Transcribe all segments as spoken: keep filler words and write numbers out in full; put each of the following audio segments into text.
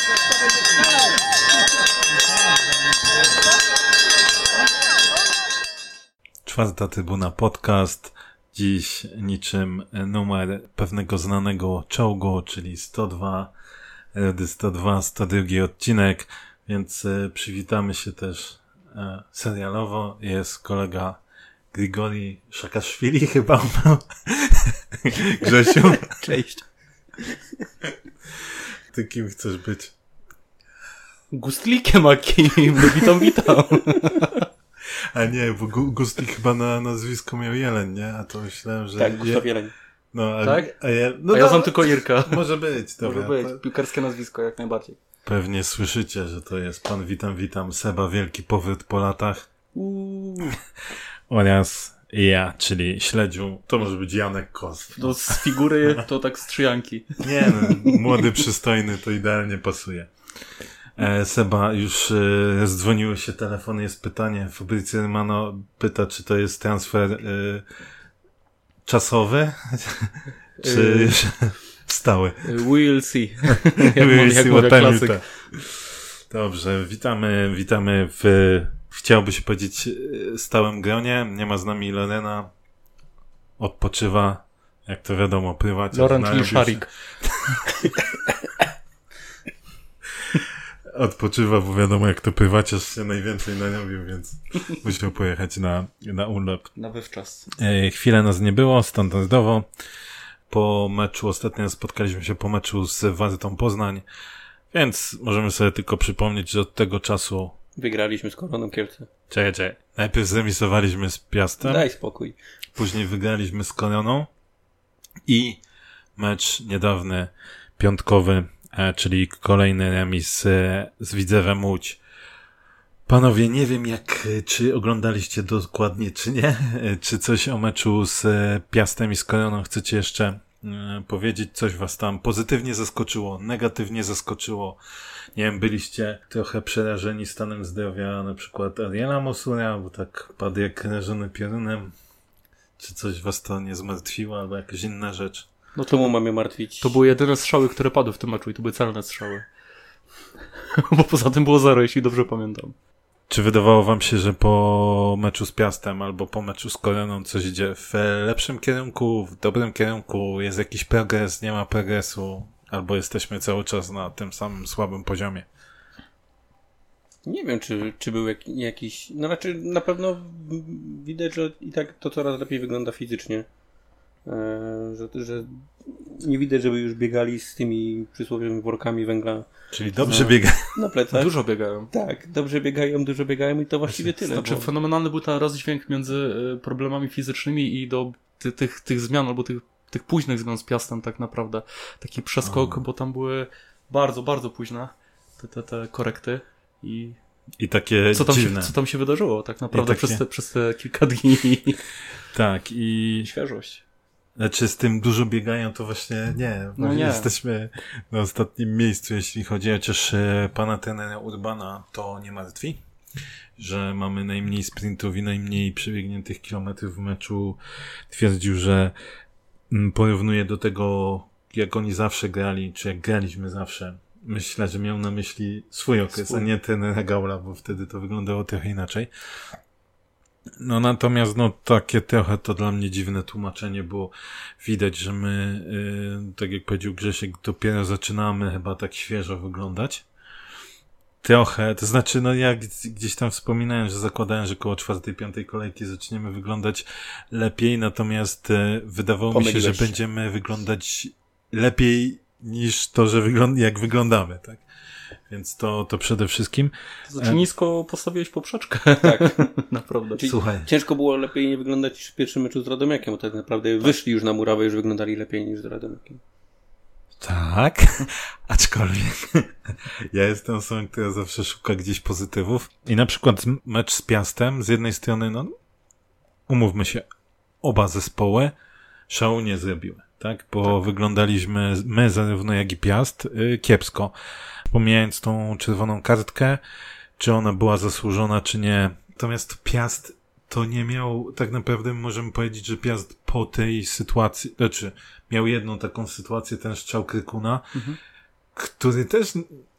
Czwarta Trybuna Podcast. Dziś niczym numer pewnego znanego czołgu, czyli sto dwa, Redy sto dwa, sto drugi odcinek, więc e, przywitamy się też e, serialowo. Jest kolega Grigori Szakaszwili chyba. Grzesiu. Cześć. Ty kim chcesz być? Gustlikiem akim, witam, witam. A nie, bo Gustlik chyba na nazwisko miał Jeleń, nie? A to myślałem, że... Tak, Gustaw Jeleń. No, a, tak? A ja, no a ja znam tylko Irka. Może być, dobra. Może być, piłkarskie nazwisko jak najbardziej. Pewnie słyszycie, że to jest pan Witam, Witam, Seba, wielki powrót po latach. Uuu. Oraz ja, czyli Śledziu, to może być Janek Kos. To z figury to tak z trzyjanki. Nie no, młody, przystojny, to idealnie pasuje. E, Seba, już e, zdzwoniło się telefon, jest pytanie. Fabrycy Romano pyta, czy to jest transfer e, czasowy, czy już stały. We'll see. Jak, we'll see what time is that. Dobrze, witamy, witamy w, chciałoby się powiedzieć, stałym gronie. Nie ma z nami Lorena, odpoczywa, jak to wiadomo, prywatnie. Laurent Liszarik. Odpoczywa, bo wiadomo, jak to prywaciarz się najwięcej narobił, więc musiał pojechać na, na urlop. Na wywczas. E, chwilę nas nie było, standardowo. Po meczu, ostatnio spotkaliśmy się po meczu z Wartą Poznań, więc możemy sobie tylko przypomnieć, że od tego czasu... Wygraliśmy z Koroną Kielce. Czekaj, czekaj. Najpierw zremisowaliśmy z Piastem. Daj spokój. Później wygraliśmy z Koroną i mecz niedawny, piątkowy, czyli kolejny remis z Widzewem Łódź. Panowie, nie wiem jak, czy oglądaliście dokładnie, czy nie, czy coś o meczu z Piastem i z Koroną chcecie jeszcze powiedzieć, coś was tam pozytywnie zaskoczyło, negatywnie zaskoczyło, nie wiem, byliście trochę przerażeni stanem zdrowia na przykład Ariela Mosura, bo tak padł jak rażony piorunem, czy coś was to nie zmartwiło, albo jakaś inna rzecz? No to mu mamy martwić. To były jedyne strzały, które padły w tym meczu i to były celne strzały. Bo poza tym było zero, jeśli dobrze pamiętam. Czy wydawało wam się, że po meczu z Piastem albo po meczu z Koroną coś idzie w lepszym kierunku, w dobrym kierunku, jest jakiś progres, nie ma progresu, albo jesteśmy cały czas na tym samym słabym poziomie? Nie wiem, czy, czy był jak, jakiś... No znaczy na pewno widać, że i tak to coraz lepiej wygląda fizycznie. Że, że nie widać, żeby już biegali z tymi przysłowiowymi workami węgla. Czyli dobrze na, biegają. Na plecach. Dużo biegają. Tak, dobrze biegają, dużo biegają i to właściwie tyle. Znaczy bo... fenomenalny był ten rozdźwięk między problemami fizycznymi i do ty, tych, tych zmian, albo tych, tych późnych zmian z Piastem tak naprawdę. Taki przeskok, o. bo tam były bardzo, bardzo późne te, te, te korekty i... I takie co tam dziwne. Się, co tam się wydarzyło tak naprawdę takie... przez, te, przez te kilka dni. Tak i... Świeżość. Znaczy z tym dużo biegają, to właśnie nie. No nie. Jesteśmy na ostatnim miejscu, jeśli chodzi, chociaż pana trenera Urbana to nie martwi, że mamy najmniej sprintów i najmniej przebiegniętych kilometrów w meczu. Twierdził, że porównuje do tego, jak oni zawsze grali, czy jak graliśmy zawsze. Myślę, że miał na myśli swój okres, swój. a nie trenera Gaula, bo wtedy to wyglądało trochę inaczej. No natomiast no takie trochę to dla mnie dziwne tłumaczenie, bo widać, że my, yy, tak jak powiedział Grzesiek, dopiero zaczynamy chyba tak świeżo wyglądać. Trochę, to znaczy no ja gdzieś tam wspominałem, że zakładałem, że koło czwartej, piątej kolejki zaczniemy wyglądać lepiej, natomiast yy, wydawało Pomyliłeś. mi się, że będziemy wyglądać lepiej niż to, że wygląda, jak wyglądamy, tak? Więc to, to przede wszystkim. To znaczy nisko postawiłeś poprzeczkę. Tak. Naprawdę. Czyli Słuchaj. Ciężko było lepiej nie wyglądać niż w pierwszym meczu z Radomiakiem, bo tak naprawdę tak. wyszli już na murawę, już wyglądali lepiej niż z Radomiakiem. Tak, aczkolwiek ja jestem osobą, która zawsze szuka gdzieś pozytywów. I na przykład mecz z Piastem, z jednej strony, no umówmy się, oba zespoły szału nie zrobiły. Tak, bo tak. wyglądaliśmy my zarówno jak i Piast yy, kiepsko. Pomijając tą czerwoną kartkę, czy ona była zasłużona, czy nie. Natomiast Piast to nie miał, tak naprawdę możemy powiedzieć, że Piast po tej sytuacji, znaczy miał jedną taką sytuację, ten strzał Krykuna, mhm. który też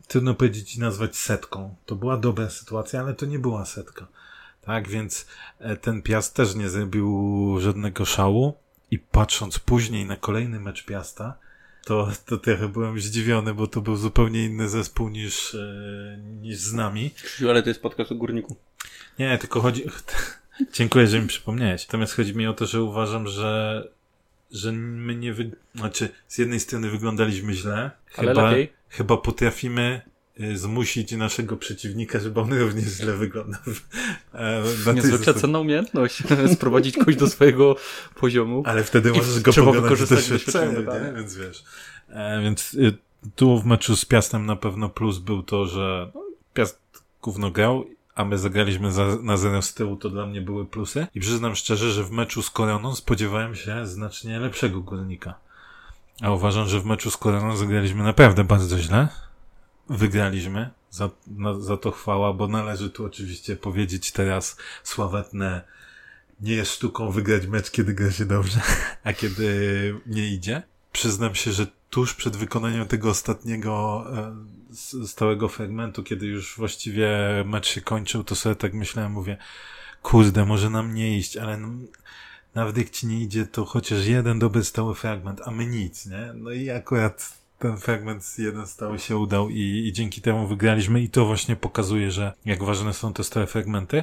trudno powiedzieć i nazwać setką. To była dobra sytuacja, ale to nie była setka. Tak, więc ten Piast też nie zrobił żadnego szału i patrząc później na kolejny mecz Piasta, to, to trochę byłem zdziwiony, bo to był zupełnie inny zespół niż, e, niż z nami. Ale to jest podcast o Górniku. Nie, tylko chodzi... Dziękuję, że mi przypomniałeś. Natomiast chodzi mi o to, że uważam, że że my nie wy... Znaczy, z jednej strony wyglądaliśmy źle, ale chyba, lepiej. chyba potrafimy zmusić naszego przeciwnika, żeby on również źle wyglądał. Niezwykle cenna umiejętność. Sprowadzić kogoś do swojego poziomu. Ale wtedy możesz go trzeba pogadać wykorzystać doświadczenie, nie? Więc wiesz. E, więc y, tu w meczu z Piastem na pewno plus był to, że no, Piast gówno grał, a my zagraliśmy za, na zero z tyłu, to dla mnie były plusy. I przyznam szczerze, że w meczu z Koroną spodziewałem się znacznie lepszego Górnika. A uważam, że w meczu z Koroną zagraliśmy naprawdę bardzo źle. Wygraliśmy. Za, na, za to chwała, bo należy tu oczywiście powiedzieć teraz sławetne: nie jest sztuką wygrać mecz, kiedy gra się dobrze, a kiedy nie idzie. Przyznam się, że tuż przed wykonaniem tego ostatniego e, stałego fragmentu, kiedy już właściwie mecz się kończył, to sobie tak myślałem, mówię, kurde, może nam nie iść, ale no, nawet jak ci nie idzie, to chociaż jeden dobry stały fragment, a my nic, nie? No i akurat ten fragment jeden stały się udał i, i dzięki temu wygraliśmy i to właśnie pokazuje, że jak ważne są te stałe fragmenty,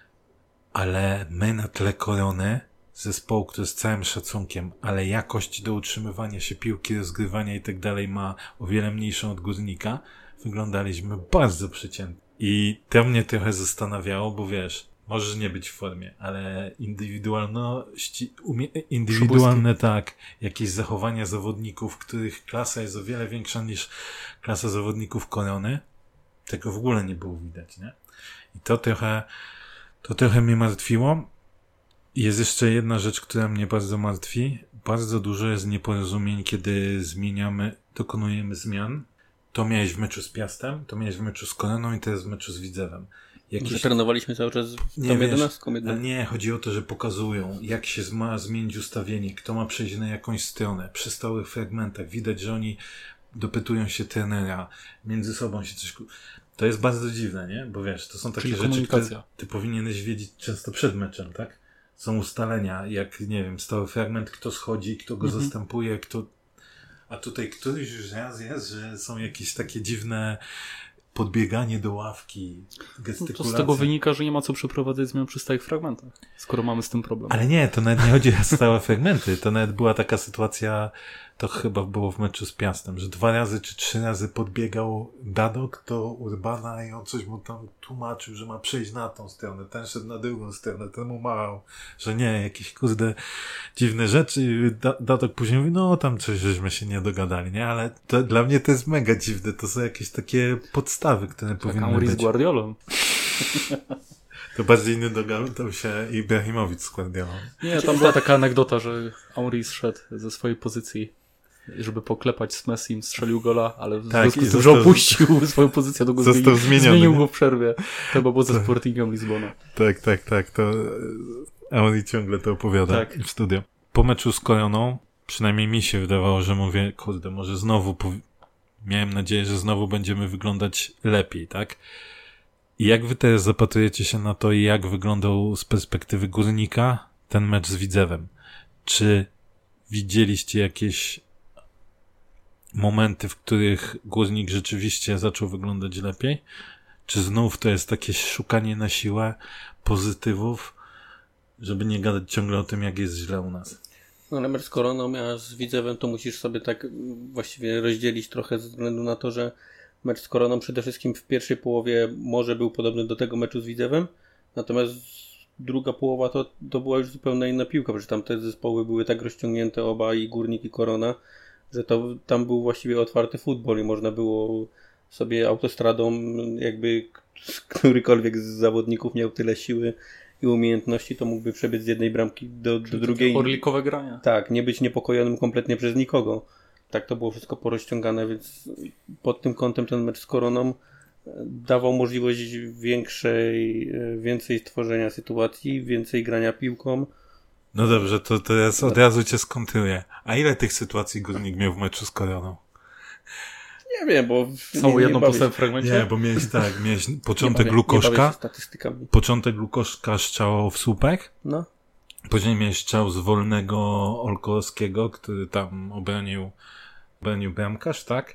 ale my na tle Korony, zespołu, który z całym szacunkiem, ale jakość do utrzymywania się piłki, rozgrywania i tak dalej ma o wiele mniejszą od Górnika, wyglądaliśmy bardzo przeciętnie. I to mnie trochę zastanawiało, bo wiesz, możesz nie być w formie, ale indywidualności, umie, indywidualne tak, jakieś zachowania zawodników, których klasa jest o wiele większa niż klasa zawodników Korony, tego w ogóle nie było widać, nie? I to trochę, to trochę mnie martwiło. Jest jeszcze jedna rzecz, która mnie bardzo martwi. Bardzo dużo jest nieporozumień, kiedy zmieniamy, dokonujemy zmian. To miałeś w meczu z Piastem, to miałeś w meczu z Koroną i teraz w meczu z Widzewem. Jakieś... Trenowaliśmy cały czas w tą jedenastką. Nie, chodzi o to, że pokazują, jak się ma zmienić ustawienie, kto ma przejść na jakąś stronę. Przy stałych fragmentach widać, że oni dopytują się trenera, między sobą się coś... To jest bardzo dziwne, nie? Bo wiesz, to są takie Czyli rzeczy, które ty powinieneś wiedzieć często przed meczem, tak? Są ustalenia, jak, nie wiem, stały fragment, kto schodzi, kto go mhm. zastępuje, kto... A tutaj któryś już raz jest, że są jakieś takie dziwne podbieganie do ławki, gestykulacje. No to z tego wynika, że nie ma co przeprowadzać zmian przy stałych fragmentach, skoro mamy z tym problem. Ale nie, to nawet nie chodzi o stałe fragmenty. To nawet była taka sytuacja, to chyba było w meczu z Piastem, że dwa razy czy trzy razy podbiegał Dadok do Urbana i on coś mu tam tłumaczył, że ma przejść na tą stronę, ten szedł na drugą stronę, ten mu machał, że nie, jakieś kurde dziwne rzeczy. Da- Dadok później mówi, no tam coś żeśmy się nie dogadali, nie? Ale to, dla mnie to jest mega dziwne, to są jakieś takie podstawy, które tak, powinny Henry być. z Guardiolą. To bardziej nie dogadał się Ibrahimowicz z Guardiolą. Nie, tam była taka anegdota, że Henry zszedł ze swojej pozycji, żeby poklepać z Messim, strzelił gola, ale w tak, związku z tym, że opuścił swoją pozycję, to go został zmienił, zmieniony, zmienił nie? go w przerwie. To chyba było ze Sportingiem Lizbona. Tak, tak, tak. To Henry ciągle to opowiada tak. w studio. Po meczu z Koroną, przynajmniej mi się wydawało, że mówię, kurde, może znowu, powi- miałem nadzieję, że znowu będziemy wyglądać lepiej, tak? I jak wy teraz zapatrujecie się na to, jak wyglądał z perspektywy Górnika ten mecz z Widzewem? Czy widzieliście jakieś momenty, w których Górnik rzeczywiście zaczął wyglądać lepiej? Czy znów to jest takie szukanie na siłę pozytywów, żeby nie gadać ciągle o tym, jak jest źle u nas? No ale mecz z Koroną, a z Widzewem to musisz sobie tak właściwie rozdzielić trochę ze względu na to, że mecz z Koroną przede wszystkim w pierwszej połowie może był podobny do tego meczu z Widzewem, natomiast druga połowa to, to była już zupełnie inna piłka, przecież tam te zespoły były tak rozciągnięte oba, i Górnik, i Korona, że to tam był właściwie otwarty futbol i można było sobie autostradą, jakby którykolwiek z zawodników miał tyle siły i umiejętności, to mógłby przebiec z jednej bramki do, do drugiej. Orlikowe grania. Tak, nie być niepokojonym kompletnie przez nikogo. Tak to było wszystko porozciągane, więc pod tym kątem ten mecz z Koroną dawał możliwość większej, więcej stworzenia sytuacji, więcej grania piłką. No dobrze, to teraz od razu cię skontruję. A ile tych sytuacji Górnik miał w meczu z Koroną? Nie wiem, bo... Całą nie, jedną nie postawę w fragmencie? Nie, bo miałeś tak, miałeś początek nie bawię, Lukoszka, nie bawię się statystykami. początek Lukoszka strzał w słupek, No. później miałeś strzał z wolnego Olkowskiego, który tam obronił, obronił bramkarz, tak?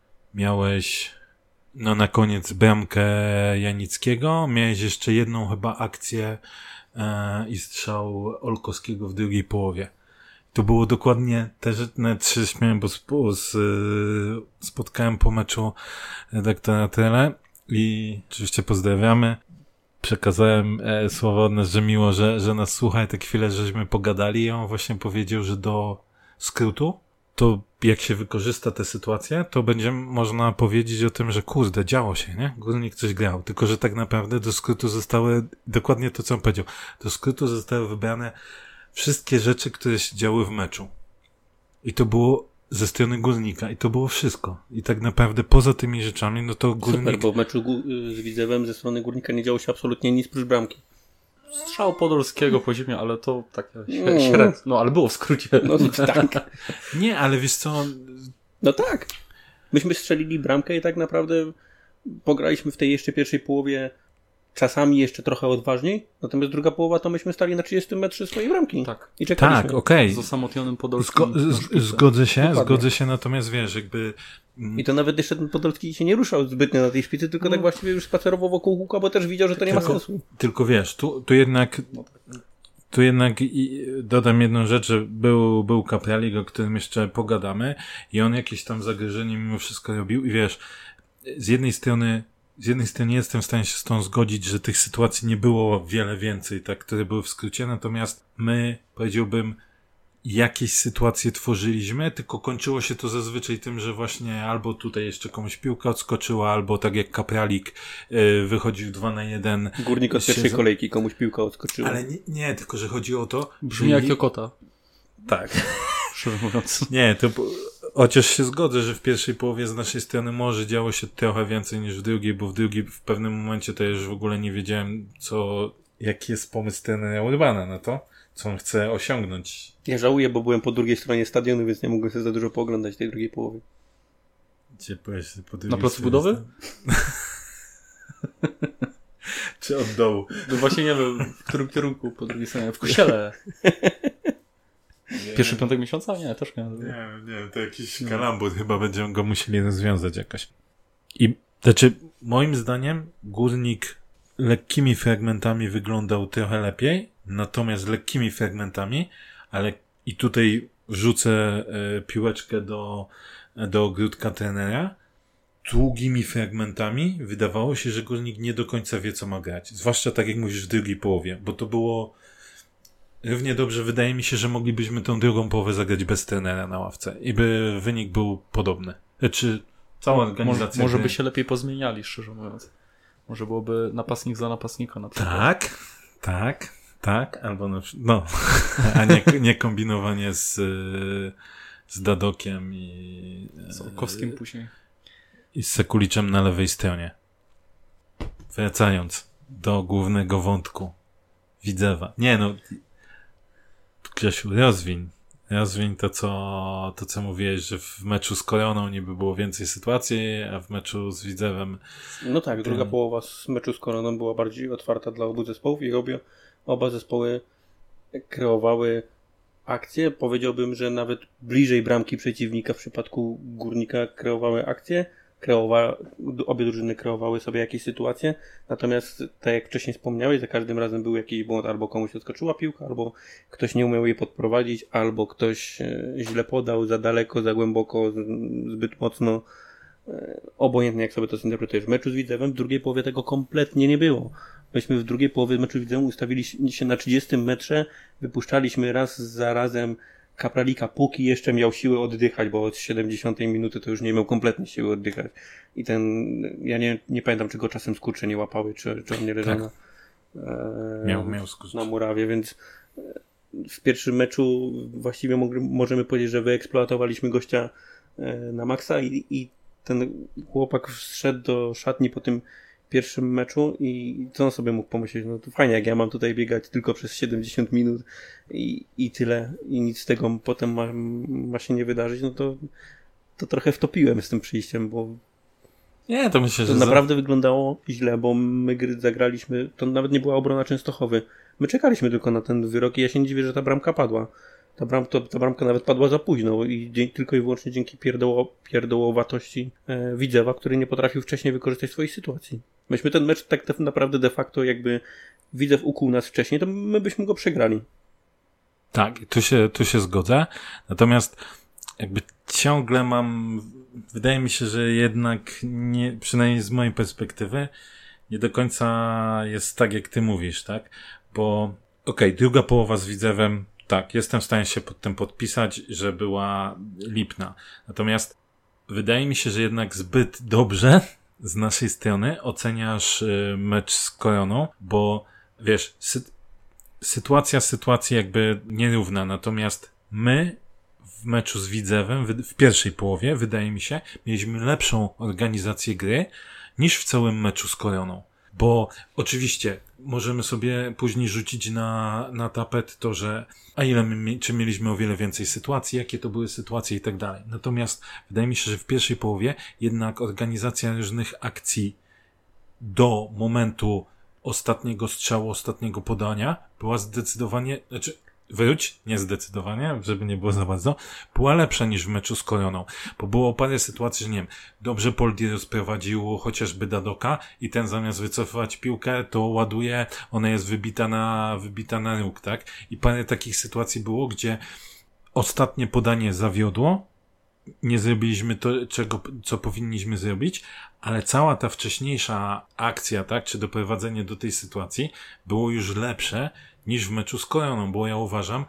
Miałeś no na koniec bramkę Janickiego, miałeś jeszcze jedną chyba akcję e, i strzał Olkowskiego w drugiej połowie. To było dokładnie te rzeczy, nawet się śmiałem, bo sp- z, spotkałem po meczu redaktora Tele i oczywiście pozdrawiamy. Przekazałem e, słowo od nas, że miło, że, że nas słucha i tak chwilę, żeśmy pogadali i on właśnie powiedział, że do skrótu to jak się wykorzysta tę sytuację, to będzie można powiedzieć o tym, że kurde, działo się, nie? Górnik coś grał, tylko że tak naprawdę do skrótu zostały, dokładnie to co on powiedział, do skrótu zostały wybrane wszystkie rzeczy, które się działy w meczu. I to było ze strony Górnika. I to było wszystko. I tak naprawdę poza tymi rzeczami, no to Górnik... Super, bo w meczu gó- z Widzewem ze strony Górnika nie działo się absolutnie nic prócz bramki. Strzał Podolskiego po ziemi, ale to takie No. średnie. No, ale było w skrócie. No tak. Nie, ale wiesz co... No tak. Myśmy strzelili bramkę i tak naprawdę pograliśmy w tej jeszcze pierwszej połowie czasami jeszcze trochę odważniej, natomiast druga połowa to myśmy stali na trzydziestym metrze swojej bramki. Tak. I czekaliśmy. Tak, okej. Z osamotnionym Podolskim. Zgo- z- zgodzę się, Dokładnie. zgodzę się, natomiast wiesz, jakby... I to nawet jeszcze ten Podolski się nie ruszał zbytnio na tej szpicy, tylko tak właściwie już spacerował wokół łuka, bo też widział, że to nie ma Tylko- sensu. Tylko wiesz, tu, tu jednak... Tu jednak i, dodam jedną rzecz, że był, był Kapralik, o którym jeszcze pogadamy i on jakieś tam zagrożenie mimo wszystko robił i wiesz, z jednej strony z jednej strony nie jestem w stanie się z tą zgodzić, że tych sytuacji nie było wiele więcej, tak, które były w skrócie, natomiast my, powiedziałbym, jakieś sytuacje tworzyliśmy, tylko kończyło się to zazwyczaj tym, że właśnie albo tutaj jeszcze komuś piłka odskoczyła, albo tak jak Kapralik yy, wychodził dwa na jeden. Górnik od pierwszej się- kolejki komuś piłka odskoczyła. Ale nie, nie, tylko że chodzi o to, Brzmi że... jak Jokota, Tak. szczerze mówiąc. Nie, to po- chociaż się zgodzę, że w pierwszej połowie z naszej strony może działo się trochę więcej niż w drugiej, bo w drugiej w pewnym momencie to już w ogóle nie wiedziałem, co, jaki jest pomysł trenera Urbana na to, co on chce osiągnąć. Ja żałuję, bo byłem po drugiej stronie stadionu, więc nie mogłem sobie za dużo pooglądać tej drugiej połowy. Gdzie byłeś po drugiej Na placu stronie budowy? Czy od dołu? No właśnie nie wiem, w którym kierunku po drugiej stronie. W kościele. Pierwszy piątek miesiąca? Nie, też nie. Nie, nie, to jakiś kalambur, chyba będziemy go musieli rozwiązać jakoś. I, znaczy, moim zdaniem Górnik lekkimi fragmentami wyglądał trochę lepiej, natomiast lekkimi fragmentami, ale i tutaj wrzucę e, piłeczkę do, do ogródka trenera, długimi fragmentami wydawało się, że Górnik nie do końca wie, co ma grać. Zwłaszcza tak jak mówisz w drugiej połowie, bo to było równie dobrze, wydaje mi się, że moglibyśmy tą drugą połowę zagrać bez trenera na ławce i by wynik był podobny. Czy cała Może, organizacja... może gry- by się lepiej pozmieniali, szczerze mówiąc. Może byłoby napastnik za napastnika na przykład. Tak, tak, tak, albo na przykład, no, a nie, nie kombinowanie z, y, z Dadokiem i, Z Olkowskim później. i z Sekuliczem na lewej stronie. Wracając do głównego wątku Widzewa. Nie no, Grzesiu, rozwiń. Rozwiń to, co, to, co mówiłeś, że w meczu z Koroną niby było więcej sytuacji, a w meczu z Widzewem... No tak, druga Ten- połowa z meczu z Koroną była bardziej otwarta dla obu zespołów i obie, oba zespoły kreowały akcje. Powiedziałbym, że nawet bliżej bramki przeciwnika w przypadku Górnika kreowały akcje. Kreowa, obie drużyny kreowały sobie jakieś sytuacje, natomiast tak jak wcześniej wspomniałeś, za każdym razem był jakiś błąd, albo komuś odskoczyła piłka, albo ktoś nie umiał jej podprowadzić, albo ktoś e, źle podał, za daleko, za głęboko, z- zbyt mocno. E, Obojętnie jak sobie to zinterpretujesz. W meczu z Widzewem w drugiej połowie tego kompletnie nie było. Myśmy w drugiej połowie meczu z Widzewem ustawili się na trzydziestym metrze, wypuszczaliśmy raz za razem Kapralika, póki jeszcze miał siłę oddychać, bo od siedemdziesiątej minuty to już nie miał kompletnie siły oddychać. I ten, ja nie, nie pamiętam, czy go czasem skurcze nie łapały, czy, czy on nie leżał Tak. na, e, Miał, miał skurcz. na murawie, więc e, w pierwszym meczu właściwie mogli, możemy powiedzieć, że wyeksploatowaliśmy gościa e, na maksa i, i ten chłopak wszedł do szatni po tym pierwszym meczu i co on sobie mógł pomyśleć, no to fajnie, jak ja mam tutaj biegać tylko przez siedemdziesiąt minut i, i tyle i nic z tego potem ma, ma się nie wydarzyć, no to to trochę wtopiłem z tym przyjściem, bo Nie, to myślę, to że... naprawdę za... wyglądało źle, bo my gry zagraliśmy, to nawet nie była obrona Częstochowy. My czekaliśmy tylko na ten wyrok i ja się nie dziwię, że ta bramka padła. Ta, bram, to, ta bramka nawet padła za późno i dzie, tylko i wyłącznie dzięki pierdoło, pierdołowatości e, Widzewa, który nie potrafił wcześniej wykorzystać swojej sytuacji. Myśmy ten mecz tak de, naprawdę de facto jakby Widzew ukuł nas wcześniej, to my byśmy go przegrali. Tak, tu się, tu się zgodzę. Natomiast jakby ciągle mam, wydaje mi się, że jednak nie, przynajmniej z mojej perspektywy, nie do końca jest tak, jak ty mówisz, tak? Bo okej, okay, druga połowa z Widzewem, tak, jestem w stanie się pod tym podpisać, że była lipna. Natomiast wydaje mi się, że jednak zbyt dobrze z naszej strony oceniasz mecz z Koroną, bo wiesz, sy- sytuacja sytuacji jakby nierówna, natomiast my w meczu z Widzewem w, w pierwszej połowie, wydaje mi się, mieliśmy lepszą organizację gry niż w całym meczu z Koroną. Bo oczywiście możemy sobie później rzucić na, na tapet to, że a ile my, czy mieliśmy o wiele więcej sytuacji, jakie to były sytuacje i tak dalej. Natomiast wydaje mi się, że w pierwszej połowie jednak organizacja różnych akcji do momentu ostatniego strzału, ostatniego podania była zdecydowanie, znaczy wróć, nie zdecydowanie, żeby nie było za bardzo, była lepsza niż w meczu z Koroną, bo było parę sytuacji, że nie wiem, dobrze Poldi rozprowadził chociażby Dadoka i ten zamiast wycofywać piłkę, to ładuje, ona jest wybita na, wybita na róg, tak? I parę takich sytuacji było, gdzie ostatnie podanie zawiodło, nie zrobiliśmy to, czego, co powinniśmy zrobić, ale cała ta wcześniejsza akcja, tak, czy doprowadzenie do tej sytuacji było już lepsze niż w meczu z Koroną, bo ja uważam,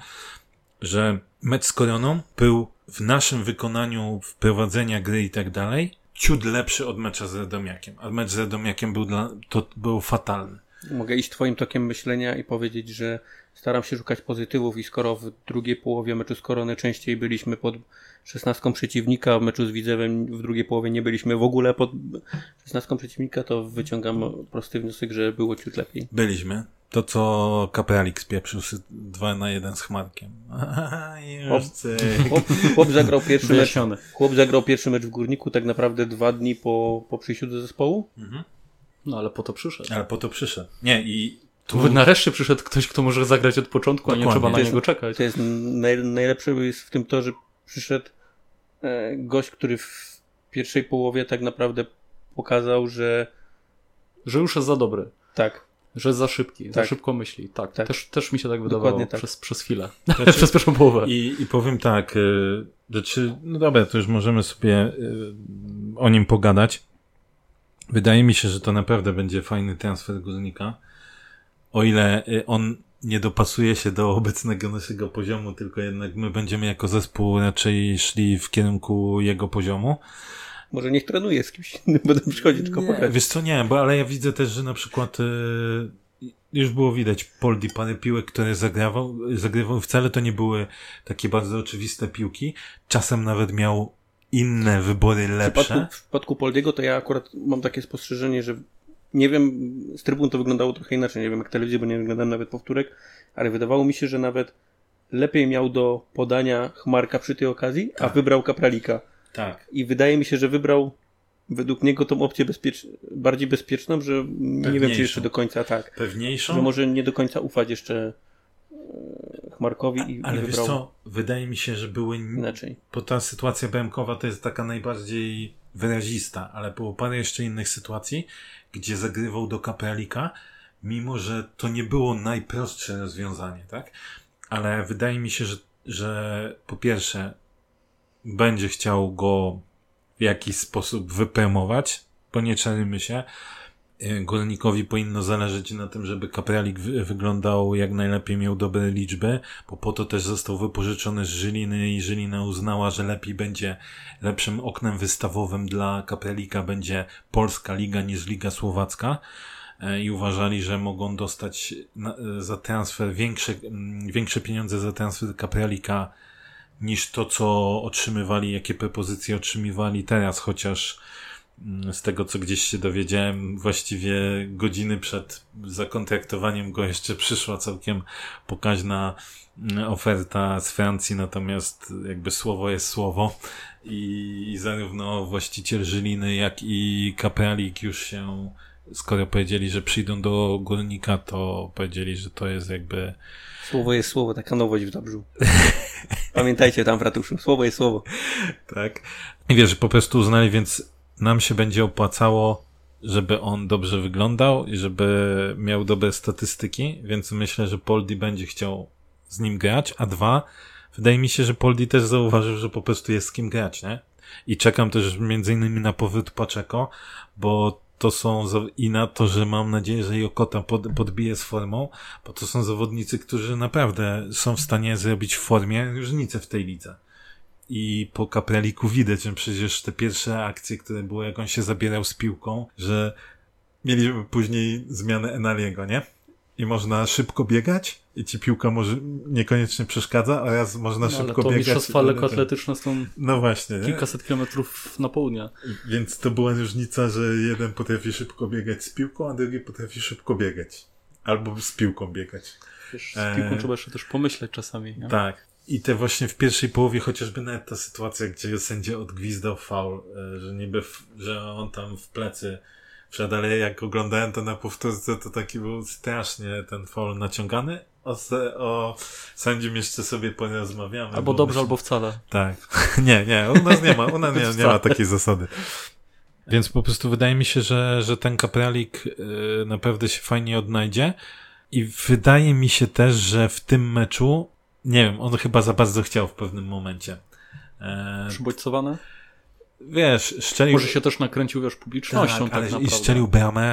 że mecz z Koroną był w naszym wykonaniu wprowadzenia gry i tak dalej ciut lepszy od mecza z Radomiakiem, a mecz z Radomiakiem był dla, to był fatalny. Mogę iść twoim tokiem myślenia i powiedzieć, że staram się szukać pozytywów i skoro w drugiej połowie meczu z Korony częściej byliśmy pod szesnastką przeciwnika, w meczu z Widzewem w drugiej połowie nie byliśmy w ogóle pod szesnastką przeciwnika, to wyciągam prosty wniosek, że było ciut lepiej. Byliśmy. To, co Kapralik spieprzył dwa na jeden z Chmarkiem. Chłop, chłop, chłop, zagrał pierwszy mecz, chłop zagrał pierwszy mecz w Górniku tak naprawdę dwa dni po, po przyjściu do zespołu. Mhm. No ale po to przyszedł. Ale po to przyszedł. Nie, i tu... Nareszcie przyszedł ktoś, kto może zagrać od początku, Dokładnie. A nie trzeba na to niego jest, czekać. To jest naj, najlepsze jest w tym to, że przyszedł e, gość, który w pierwszej połowie tak naprawdę pokazał, że że już jest za dobry. Tak. Że jest za szybki, tak. za szybko myśli. Tak, tak. Też, też mi się tak wydawało Dokładnie tak. przez, przez chwilę. Znaczy, przez pierwszą połowę. I, i powiem tak, y, rzeczy, no dobra, to już możemy sobie y, o nim pogadać. Wydaje mi się, że to naprawdę będzie fajny transfer Górnika. O ile y, on nie dopasuje się do obecnego naszego poziomu, tylko jednak my będziemy jako zespół raczej szli w kierunku jego poziomu. Może niech trenuje z kimś innym, bo tam przychodzi tylko pograć. Wiesz co, nie, bo ale ja widzę też, że na przykład yy, już było widać Poldi parę piłek, które zagrawał, zagrywał, wcale to nie były takie bardzo oczywiste piłki. Czasem nawet miał inne wybory lepsze. W przypadku, w przypadku Poldiego to ja akurat mam takie spostrzeżenie, że nie wiem, z trybun to wyglądało trochę inaczej, nie wiem jak telewizję, bo nie wyglądałem nawet powtórek, ale wydawało mi się, że nawet lepiej miał do podania Chmarka przy tej okazji, tak. A wybrał Kapralika. Tak. I wydaje mi się, że wybrał według niego tą opcję bezpiecz... bardziej bezpieczną, że nie Pewniejszą. wiem, czy jeszcze do końca tak. Pewniejszą? Że może nie do końca ufać jeszcze Chmarkowi i, ale i wybrał... wiesz co, wydaje mi się, że były inaczej. Bo ta sytuacja bramkowa to jest taka najbardziej wyrazista, ale było parę jeszcze innych sytuacji, gdzie zagrywał do Kapralika, mimo że to nie było najprostsze rozwiązanie, tak? Ale wydaje mi się, że, że po pierwsze będzie chciał go w jakiś sposób wypromować, bo nie czarujmy się. Górnikowi powinno zależeć na tym, żeby Kapralik wy- wyglądał jak najlepiej, miał dobre liczby, bo po to też został wypożyczony z Żyliny i Żylina uznała, że lepiej będzie, lepszym oknem wystawowym dla Kapralika będzie Polska Liga niż Liga Słowacka i uważali, że mogą dostać na, za transfer większe, większe pieniądze za transfer Kapralika niż to, co otrzymywali, jakie propozycje otrzymywali teraz, chociaż z tego, co gdzieś się dowiedziałem, właściwie godziny przed zakontraktowaniem go jeszcze przyszła całkiem pokaźna oferta z Francji, natomiast jakby słowo jest słowo i zarówno właściciel Żyliny, jak i Kapralik już się, skoro powiedzieli, że przyjdą do Górnika, to powiedzieli, że to jest jakby... Słowo jest słowo, taka nowość w Zabrzu. Pamiętajcie tam w ratuszu, słowo jest słowo. Tak. I wiesz, po prostu uznali, więc nam się będzie opłacało, żeby on dobrze wyglądał i żeby miał dobre statystyki, więc myślę, że Poldi będzie chciał z nim grać, a dwa, wydaje mi się, że Poldi też zauważył, że po prostu jest z kim grać, nie? I czekam też między innymi na powrót Paczeko, bo to są, i na to, że mam nadzieję, że Jokota pod, podbije z formą, bo to są zawodnicy, którzy naprawdę są w stanie zrobić w formie różnicę w tej lidze. I po Kapraliku widać, że przecież te pierwsze akcje, które były, jak on się zabierał z piłką, że mieliśmy później zmianę Enaliego, nie? I można szybko biegać i ci piłka może niekoniecznie przeszkadza, oraz można no, szybko ale to biegać. mistrzostwa lekkoatletyczne są no właśnie, nie? kilkaset kilometrów na południe. Więc to była różnica, że jeden potrafi szybko biegać z piłką, a drugi potrafi szybko biegać. Albo z piłką biegać. Wiesz, z piłką e... trzeba jeszcze też pomyśleć czasami. Nie? Tak. I te właśnie w pierwszej połowie, chociażby nawet ta sytuacja, gdzie sędzia odgwizdał faul, że niby, w, że on tam w plecy wszedł, ale jak oglądałem to na powtórce, to taki był strasznie ten faul naciągany. O, se, o sędzium jeszcze sobie porozmawiamy. Albo dobrze, myślę... albo wcale. Tak. nie, nie, u nas nie ma, u nas nie, nie ma takiej zasady. Więc po prostu wydaje mi się, że, że ten Kapralik yy, naprawdę się fajnie odnajdzie i wydaje mi się też, że w tym meczu nie wiem, on chyba za bardzo chciał w pewnym momencie. Eee, Przybodźcowane? Wiesz, szczelił... Może się też nakręcił, wiesz, publicznością tak, tak ale naprawdę. I szczelił bramę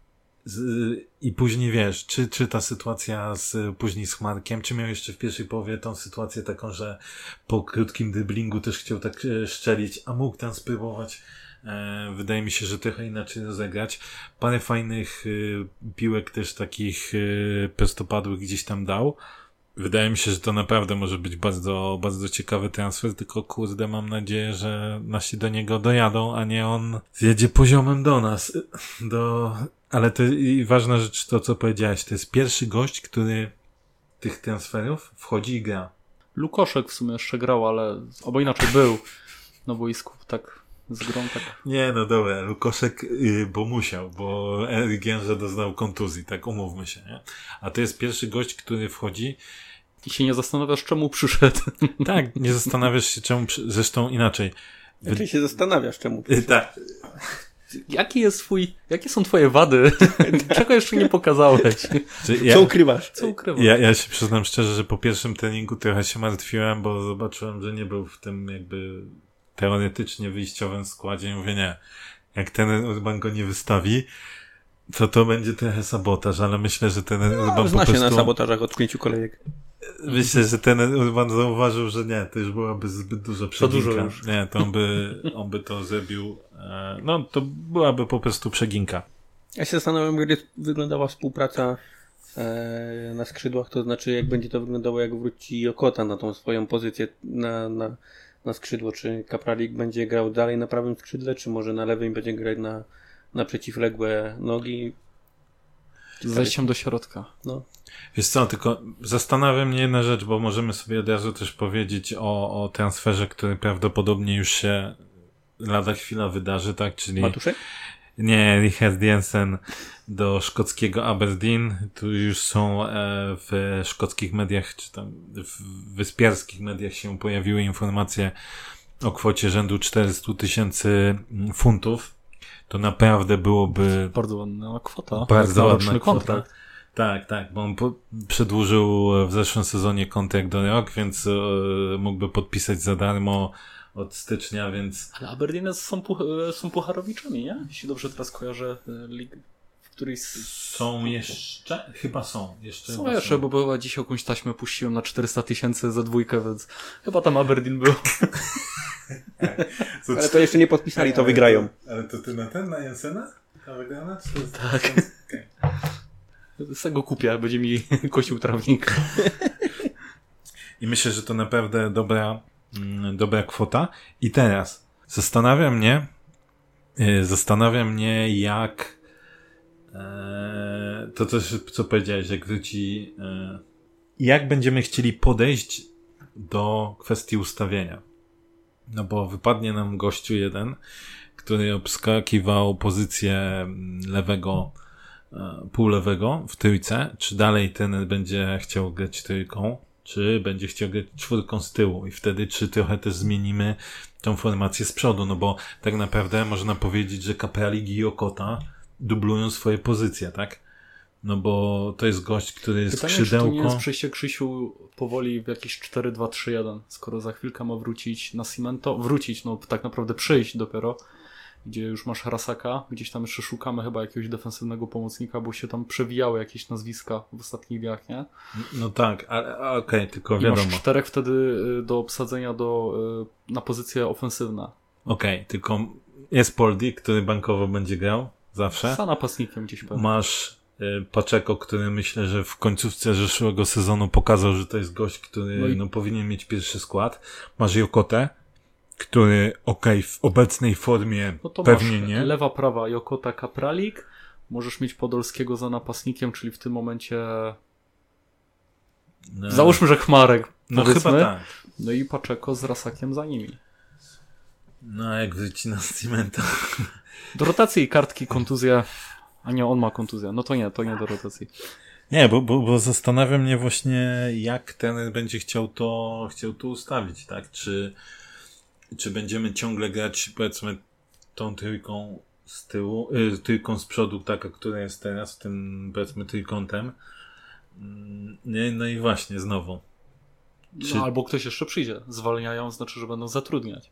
z, i później, wiesz, czy, czy ta sytuacja z, później z Markiem, czy miał jeszcze w pierwszej połowie tą sytuację taką, że po krótkim driblingu też chciał tak szczelić, a mógł tam spróbować. Eee, wydaje mi się, że trochę inaczej rozegrać. Parę fajnych y, piłek też takich y, prostopadłych gdzieś tam dał. Wydaje mi się, że to naprawdę może być bardzo, bardzo ciekawy transfer, tylko kurde, mam nadzieję, że nasi do niego dojadą, a nie on zjedzie poziomem do nas. Do... Ale to i ważna rzecz, to co powiedziałeś, to jest pierwszy gość, który tych transferów wchodzi i gra. Lukoszek w sumie jeszcze grał, ale albo inaczej był na boisku, tak z grą tak. Nie, no dobra, Lukoszek, yy, bo musiał, bo Erik Gęża doznał kontuzji, tak umówmy się, nie? A to jest pierwszy gość, który wchodzi i się nie zastanawiasz, czemu przyszedł. Tak, nie zastanawiasz się, czemu przy... zresztą inaczej. Wy... Znaczy się zastanawiasz, czemu przyszedł. Tak. Jaki jest twój, jakie są twoje wady? Czego jeszcze nie pokazałeś? Ja, Co ukrywasz? Co ukrywasz? Ja, ja się przyznam szczerze, że po pierwszym treningu trochę się martwiłem, bo zobaczyłem, że nie był w tym jakby teoretycznie wyjściowym składzie i mówię, nie, jak ten Urban go nie wystawi, to to będzie trochę sabotaż, ale myślę, że ten no, Urban po zna prostu... się na sabotażach od pięciu kolejek. Myślę, że ten Urban zauważył, że nie, to już byłaby zbyt dużo przeginka. Dużo nie, to on by, on by to zrobił, no to byłaby po prostu przeginka. Ja się zastanawiam, jak wyglądała współpraca e, na skrzydłach, to znaczy jak będzie to wyglądało, jak wróci Jokota na tą swoją pozycję na, na, na skrzydło. Czy Kapralik będzie grał dalej na prawym skrzydle, czy może na lewym będzie grać na, na przeciwległe nogi. Z zejściem do środka. No. Wiesz co, tylko zastanawia mnie jedna rzecz, bo możemy sobie od razu też powiedzieć o, o transferze, który prawdopodobnie już się lada chwila wydarzy, tak? Czyli... Matuszek? Nie, Richard Jensen do szkockiego Aberdeen. Tu już są e, w szkockich mediach, czy tam w wyspiarskich mediach się pojawiły informacje o kwocie rzędu czterysta tysięcy funtów. To naprawdę byłoby... Bardzo ładna kwota. Bardzo ładny kontrakt. Tak, tak, bo on po- przedłużył w zeszłym sezonie kontrakt do rok, więc e, mógłby podpisać za darmo od stycznia, więc... Ale Aberdeen są, puch- są pucharowiczami, nie? Jeśli dobrze teraz kojarzę lig, w której... Są jeszcze? Chyba są. Jeszcze są jeszcze, bo była dziś jakąś taśmę puściłem na czterysta tysięcy za dwójkę, więc chyba tam Aberdeen był. to, ale to jeszcze nie podpisali, to wygrają. Ale, ale to ty na ten, na Jensena? Ta wygrana? Czy to jest... Tak. Okay. Z tego kupię, będzie mi kosił trawnik. I myślę, że to naprawdę dobra, mm, dobra kwota. I teraz zastanawia mnie, Zastanawia mnie, jak e, to też, co powiedziałeś, jak wróci, e, jak będziemy chcieli podejść do kwestii ustawienia. No bo wypadnie nam gościu jeden, który obskakiwał pozycję lewego, e, półlewego w trójce. Czy dalej ten będzie chciał grać trójką, czy będzie chciał grać czwórką z tyłu i wtedy czy trochę też zmienimy tą formację z przodu, no bo tak naprawdę można powiedzieć, że Kapralik i Okota dublują swoje pozycje, tak? No bo to jest gość, który jest Pytanie, skrzydełko. czy to nie jest przejście Krzysiu powoli w jakieś cztery dwa trzy jeden, skoro za chwilkę ma wrócić na Cimento, wrócić, no tak naprawdę przyjść dopiero, gdzie już masz Rasaka, gdzieś tam jeszcze szukamy chyba jakiegoś defensywnego pomocnika, bo się tam przewijały jakieś nazwiska w ostatnich dniach, nie? No tak, ale okej, okay, tylko I wiadomo. masz czterech wtedy do obsadzenia do, na pozycje ofensywne. Okej, okay, tylko jest Poldi, który bankowo będzie grał zawsze. Za napastnikiem gdzieś pewnie. Masz y, Paczeko, który myślę, że w końcówce zeszłego sezonu pokazał, że to jest gość, który no, i... no powinien mieć pierwszy skład. Masz Jokotę, który okej, okay, w obecnej formie no to pewnie masz nie. Lewa, prawa, Jokota, Kapralik. Możesz mieć Podolskiego za napastnikiem, czyli w tym momencie no. Załóżmy, że Chmarek. No powiedzmy. chyba tak. No i Paczeko z Rasakiem za nimi. No a jak wróci na Cimento. Do rotacji kartki, kontuzja. A nie, on ma kontuzję. No to nie, to nie do rotacji. Nie, bo, bo, bo zastanawia mnie właśnie, jak ten będzie chciał to, chciał to ustawić, tak? Czy, czy będziemy ciągle grać, powiedzmy, tą trójką z tyłu, yy, trójką z przodu, taka, która jest teraz, tym, powiedzmy, trójkątem. Nie, no i właśnie, znowu. Czy... No, albo ktoś jeszcze przyjdzie. Zwalniają, znaczy, że będą zatrudniać.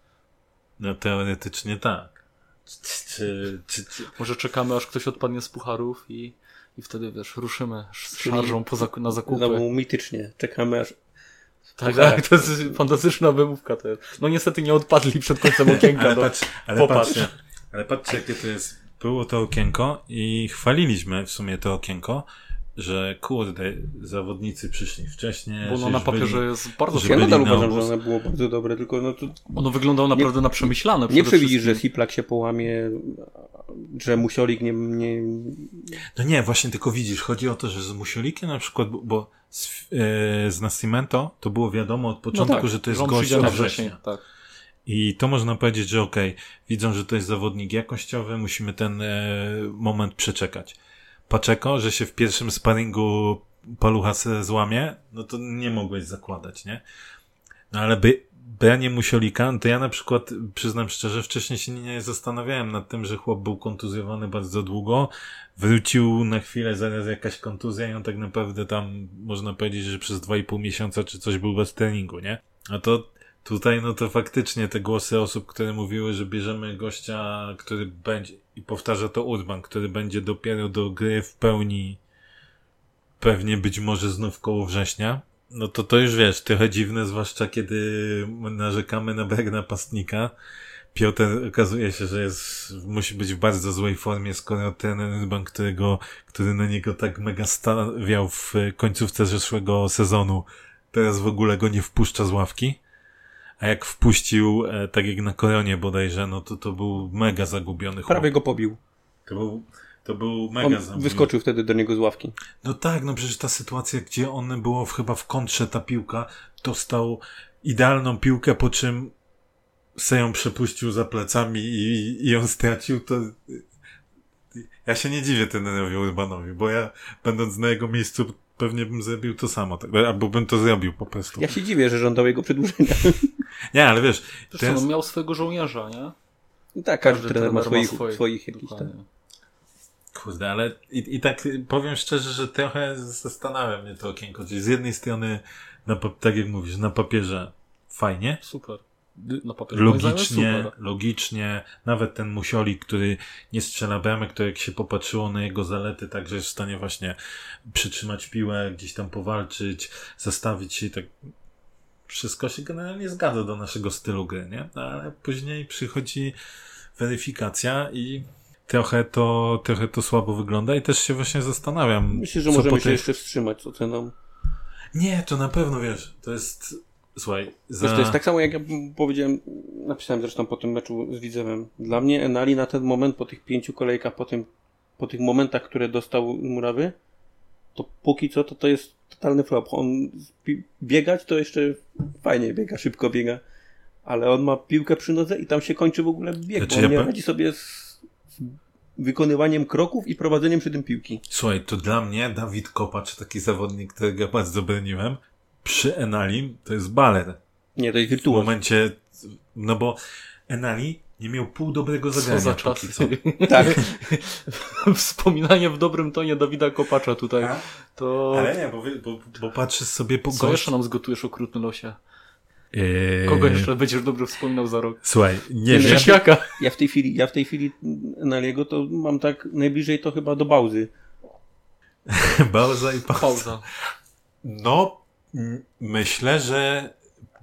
No teoretycznie tak. Czy, czy, czy... Może czekamy, aż ktoś odpadnie z pucharów i, i wtedy, wiesz, ruszymy z szarżą po zaku- na zakupy. Znowu mitycznie. Czekamy aż... Tak, tak, to jest fantastyczna wymówka. To jest. No niestety nie odpadli przed końcem okienka. ale, no. patrz, ale, patrzcie, ale patrzcie, jakie to jest. Było to okienko i chwaliliśmy w sumie to okienko, że kurde, zawodnicy przyszli wcześniej. Bo ono na papierze byli, jest bardzo Ja nadal uważam, że ono było bardzo dobre, tylko no to... Ono wyglądało naprawdę nie, na przemyślane. Nie przewidzisz, że Siplak się połamie, że Musiolik nie, nie... No nie, właśnie tylko widzisz, chodzi o to, że z Musiolikiem na przykład, bo z, e, z Nascimento to było wiadomo od początku, no tak, że to jest że gość od września. Tak. I to można powiedzieć, że okej, okay, widzą, że to jest zawodnik jakościowy, musimy ten e, moment przeczekać. Paczeko, że się w pierwszym sparingu palucha se złamie, no to nie mogłeś zakładać, nie? No ale by branie Musiolika, to ja na przykład, przyznam szczerze, wcześniej się nie zastanawiałem nad tym, że chłop był kontuzjowany bardzo długo, wrócił na chwilę, zaraz jakaś kontuzja i on tak naprawdę tam, można powiedzieć, że przez dwa i pół miesiąca czy coś był bez treningu, nie? A to tutaj, no to faktycznie te głosy osób, które mówiły, że bierzemy gościa, który będzie, i powtarza to Urban, który będzie dopiero do gry w pełni pewnie być może znów koło września, no to to już wiesz, trochę dziwne, zwłaszcza kiedy narzekamy na brak napastnika. Piotr okazuje się, że jest, musi być w bardzo złej formie, skoro ten Urban, którego, który na niego tak mega stawiał w końcówce zeszłego sezonu, teraz w ogóle go nie wpuszcza z ławki. A jak wpuścił, e, tak jak na Koronie bodajże, no to to był mega zagubiony chłop. Prawie go pobił. To był, to był mega on zagubiony. Wyskoczył wtedy do niego z ławki. No tak, no przecież ta sytuacja, gdzie on było w, chyba w kontrze ta piłka, dostał idealną piłkę, po czym se ją przepuścił za plecami i, i ją stracił, to ja się nie dziwię trenerowi Urbanowi, bo ja będąc na jego miejscu pewnie bym zrobił to samo, tak, albo bym to zrobił po prostu. Ja się dziwię, że żądał jego przedłużenia. Nie, ale wiesz... Zresztą ten... on miał swojego żołnierza, nie? I tak, każdy, każdy trener ma swoich, swoich, swoich jakichś tak. Kurde, ale i, i tak powiem szczerze, że trochę zastanawia mnie to okienko. Czyli z jednej strony, na, tak jak mówisz, na papierze fajnie. Super. Na papierze logicznie, super. logicznie. Nawet ten Musiolik, który nie strzela bramek, to jak się popatrzyło na jego zalety, także jest w stanie właśnie przytrzymać piłę, gdzieś tam powalczyć, zastawić się i tak. Wszystko się generalnie zgadza do naszego stylu gry, nie? No, ale później przychodzi weryfikacja i trochę to, trochę to słabo wygląda i też się właśnie zastanawiam. Myślę, że możemy się tych... jeszcze wstrzymać z oceną. Nie, to na pewno, wiesz, to jest Słuchaj, za... Wiesz, to jest tak samo, jak ja powiedziałem, napisałem zresztą po tym meczu z Widzewem. Dla mnie Enali na ten moment, po tych pięciu kolejkach, po, tym, po tych momentach, które dostał Murawy, to póki co to, to jest totalny flop. On biegać to jeszcze fajnie biega, szybko biega, ale on ma piłkę przy nodze i tam się kończy w ogóle bieg, znaczy, bo on ja nie radzi sobie z, z wykonywaniem kroków i prowadzeniem przy tym piłki. Słuchaj, to dla mnie Dawid Kopacz, taki zawodnik, którego bardzo broniłem, przy Enalim to jest baler. Nie, to jest wirtuoz. W momencie, no bo Enali nie miał pół dobrego zagrania. Co za czasy. Co. Tak. Wspominanie w dobrym tonie Dawida Kopacza tutaj. To... Ale nie, bo, bo, bo patrzysz sobie po Co gość... jeszcze nam zgotujesz okrutny losie? Eee... Kogo jeszcze będziesz dobrze wspominał za rok? Słuchaj, nie wiem. Wieśniaka. Ja w tej chwili, ja w tej chwili Enaliego to mam tak najbliżej to chyba do Bałzy. Bałza i pauza. Pauza. No, m- myślę, że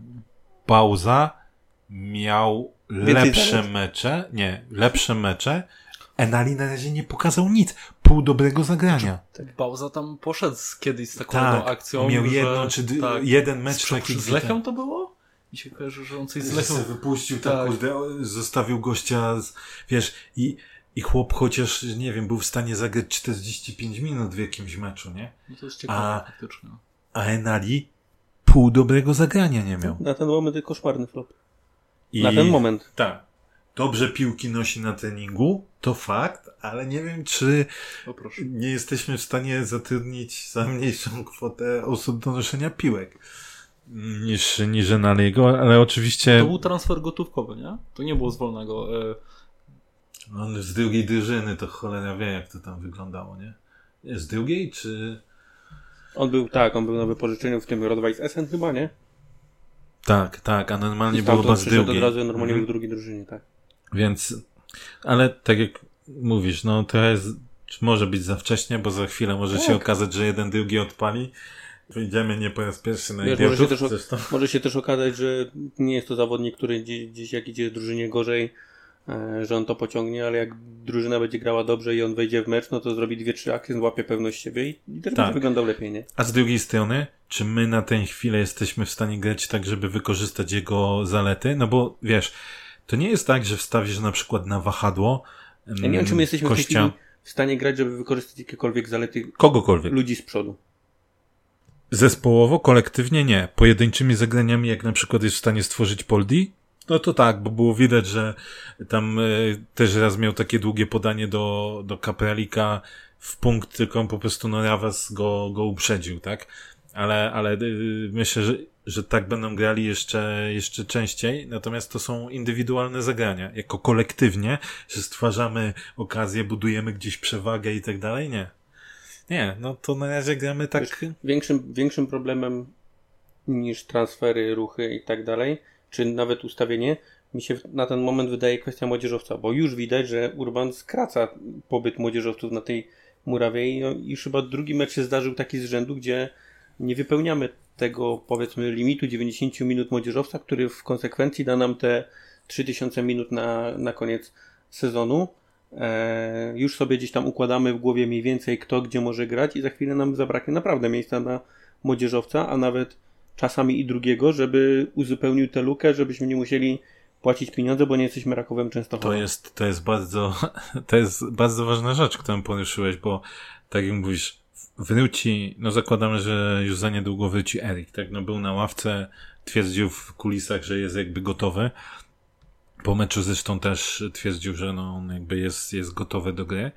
Pauza miał Więcej lepsze zalet? mecze. Nie, lepsze mecze. Enali na razie nie pokazał nic. Pół dobrego zagrania. Bałza tam poszedł z, kiedyś z taką Tak, akcją. miał że, jedną czy d- tak, jeden mecz z, taki. z Lechią to było? Mi się kojarzy, że on coś z Że Lechią... se wypuścił, tak, Tak. kurde, zostawił gościa, z, wiesz, i, i chłop chociaż, nie wiem, był w stanie zagrać czterdzieści pięć minut w jakimś meczu, nie? No to jest ciekawe A- faktycznie. A Enali pół dobrego zagrania nie miał. Na ten moment jest koszmarny flop. I, Na ten moment. Tak. Dobrze piłki nosi na treningu, to fakt, ale nie wiem, czy O proszę. nie jesteśmy w stanie zatrudnić za mniejszą kwotę osób do noszenia piłek niż, niż Enaliego, ale oczywiście To był transfer gotówkowy, nie? To nie było z wolnego. E... on z drugiej drużyny, to cholera wie, jak to tam wyglądało, nie? Z drugiej, czy... On był, tak, on był na wypożyczeniu w tym Rodwajs Essen chyba, nie? Tak, tak, a normalnie I było chyba stamtąd z przyszedł drugiej. od razu normalnie Mhm. w drugiej drużynie, tak. Więc, ale tak jak mówisz, no to jest, może być za wcześnie, bo za chwilę może Tak. się okazać, że jeden drugi odpali. Wyjdziemy nie po raz pierwszy na Wiesz, może się, idiotów. też, Zresztą. może się też okazać, że nie jest to zawodnik, który gdzieś, gdzieś jak idzie w drużynie gorzej, e, że on to pociągnie, ale jak drużyna będzie grała dobrze i on wejdzie w mecz, no to zrobi dwie, trzy akcje, złapie pewność siebie i, i też Tak. będzie wyglądał lepiej, nie? A z drugiej strony, czy my na tę chwilę jesteśmy w stanie grać tak, żeby wykorzystać jego zalety? No bo wiesz, to nie jest tak, że wstawisz na przykład na wahadło Ja nie wiem, czy my jesteśmy w tej kościa, chwili w stanie grać, żeby wykorzystać jakiekolwiek zalety kogokolwiek. ludzi z przodu. Zespołowo, kolektywnie nie. Pojedynczymi zagraniami, jak na przykład jest w stanie stworzyć Poldi, no to tak, bo było widać, że tam y, też raz miał takie długie podanie do, do Kapralika w punkt, tylko on po prostu no Navas go, go uprzedził, tak? Ale, ale y, myślę, że, że tak będą grali jeszcze, jeszcze częściej, natomiast to są indywidualne zagrania. Jako kolektywnie, że stwarzamy okazję, budujemy gdzieś przewagę i tak dalej, nie. Nie, no to na razie gramy tak... Wiesz, większym, większym problemem niż transfery, ruchy i tak dalej, czy nawet ustawienie, mi się na ten moment wydaje kwestia młodzieżowca, bo już widać, że Urban skraca pobyt młodzieżowców na tej murawie i, no, i chyba drugi mecz się zdarzył taki z rzędu, gdzie nie wypełniamy tego, powiedzmy, limitu dziewięćdziesiąt minut młodzieżowca, który w konsekwencji da nam te trzy tysiące minut na, na koniec sezonu. E, już sobie gdzieś tam układamy w głowie mniej więcej kto gdzie może grać i za chwilę nam zabraknie naprawdę miejsca na młodzieżowca, a nawet czasami i drugiego, żeby uzupełnił tę lukę, żebyśmy nie musieli płacić pieniądze, bo nie jesteśmy Rakowem Częstochowa. To jest, to jest bardzo, to jest bardzo ważna rzecz, którą poruszyłeś, bo tak jak mówisz, wróci, no zakładamy, że już za niedługo wróci Erik, tak, no był na ławce, twierdził w kulisach, że jest jakby gotowy. Po meczu zresztą też twierdził, że no on jakby jest, jest gotowy do gry.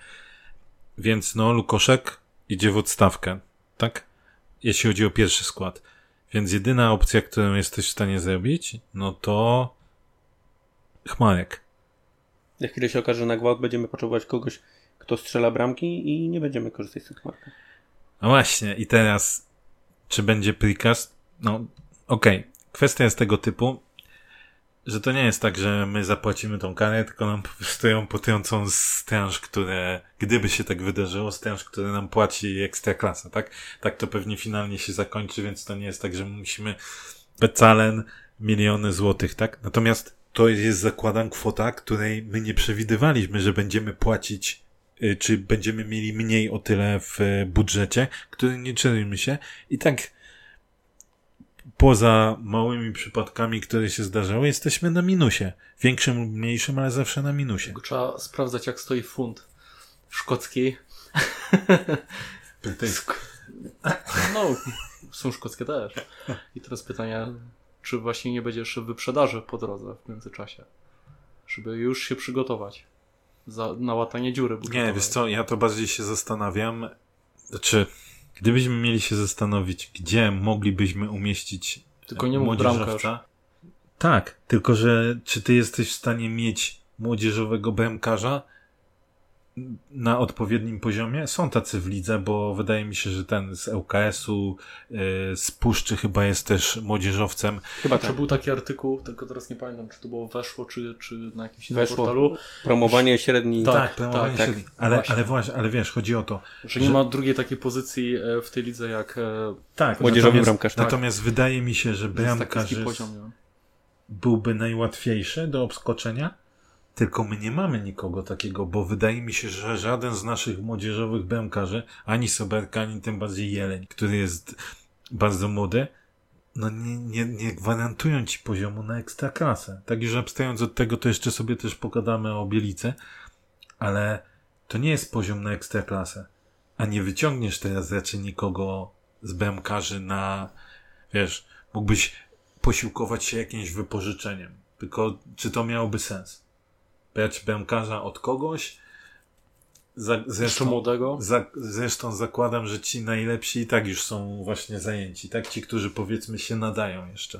Więc no Lukoszek idzie w odstawkę, tak? Jeśli chodzi o pierwszy skład. Więc jedyna opcja, którą jesteś w stanie zrobić, no to Chmarek. Za chwilę się okaże, że na gwałt będziemy potrzebować kogoś, kto strzela bramki i nie będziemy korzystać z tych Chmarka. No właśnie, i teraz czy będzie Prikas? No okej, okay. Kwestia jest tego typu, że to nie jest tak, że my zapłacimy tą karę, tylko nam po prostu ją potrącą z transz, które, gdyby się tak wydarzyło, z transz, które nam płaci Ekstraklasa, tak? Tak to pewnie finalnie się zakończy, więc to nie jest tak, że my musimy becalen miliony złotych, tak? Natomiast to jest, zakładam, kwota, której my nie przewidywaliśmy, że będziemy płacić, czy będziemy mieli mniej o tyle w budżecie, który nie czerwimy się. I tak poza małymi przypadkami, które się zdarzały, jesteśmy na minusie. Większym lub mniejszym, ale zawsze na minusie. Tylko trzeba sprawdzać, jak stoi funt szkocki. Sk- no, są szkockie też. I teraz pytanie, czy właśnie nie będzie jeszcze wyprzedaży po drodze w międzyczasie? Żeby już się przygotować za, na łatanie dziury budżetowej. Nie, wiesz co, ja to bardziej się zastanawiam, znaczy, gdybyśmy mieli się zastanowić, gdzie moglibyśmy umieścić tylko nie mów bramkarza. Tak, tylko że czy ty jesteś w stanie mieć młodzieżowego bramkarza na odpowiednim poziomie? Są tacy w lidze, bo wydaje mi się, że ten z L K S-u, yy, z Puszczy chyba jest też młodzieżowcem. Chyba tak. Czy był taki artykuł, tylko teraz nie pamiętam, czy to było Weszło, czy, czy na jakimś Weszło. portalu. Promowanie średni. Tak, tak, promowanie tak, średni. Ale, właśnie. ale właśnie, ale wiesz, chodzi o to, że nie że... ma drugiej takiej pozycji w tej lidze jak tak, młodzieżowy bramkarz. Tak. Natomiast wydaje mi się, że bramkarz poziom, byłby najłatwiejszy do obskoczenia, tylko my nie mamy nikogo takiego, bo wydaje mi się, że żaden z naszych młodzieżowych bramkarzy, ani Soberka, ani tym bardziej Jeleń, który jest bardzo młody, no nie, nie, nie gwarantują ci poziomu na ekstraklasę. Tak już abstrahując od tego, to jeszcze sobie też pogadamy o Bielicy, ale to nie jest poziom na ekstraklasę. A nie wyciągniesz teraz raczej nikogo z bramkarzy na, wiesz, mógłbyś posiłkować się jakimś wypożyczeniem. Tylko czy to miałoby sens? Brać bramkarza od kogoś? Za, zresztą, młodego? Za, zresztą zakładam, że ci najlepsi i tak już są właśnie zajęci. Tak? Ci, którzy powiedzmy się nadają jeszcze.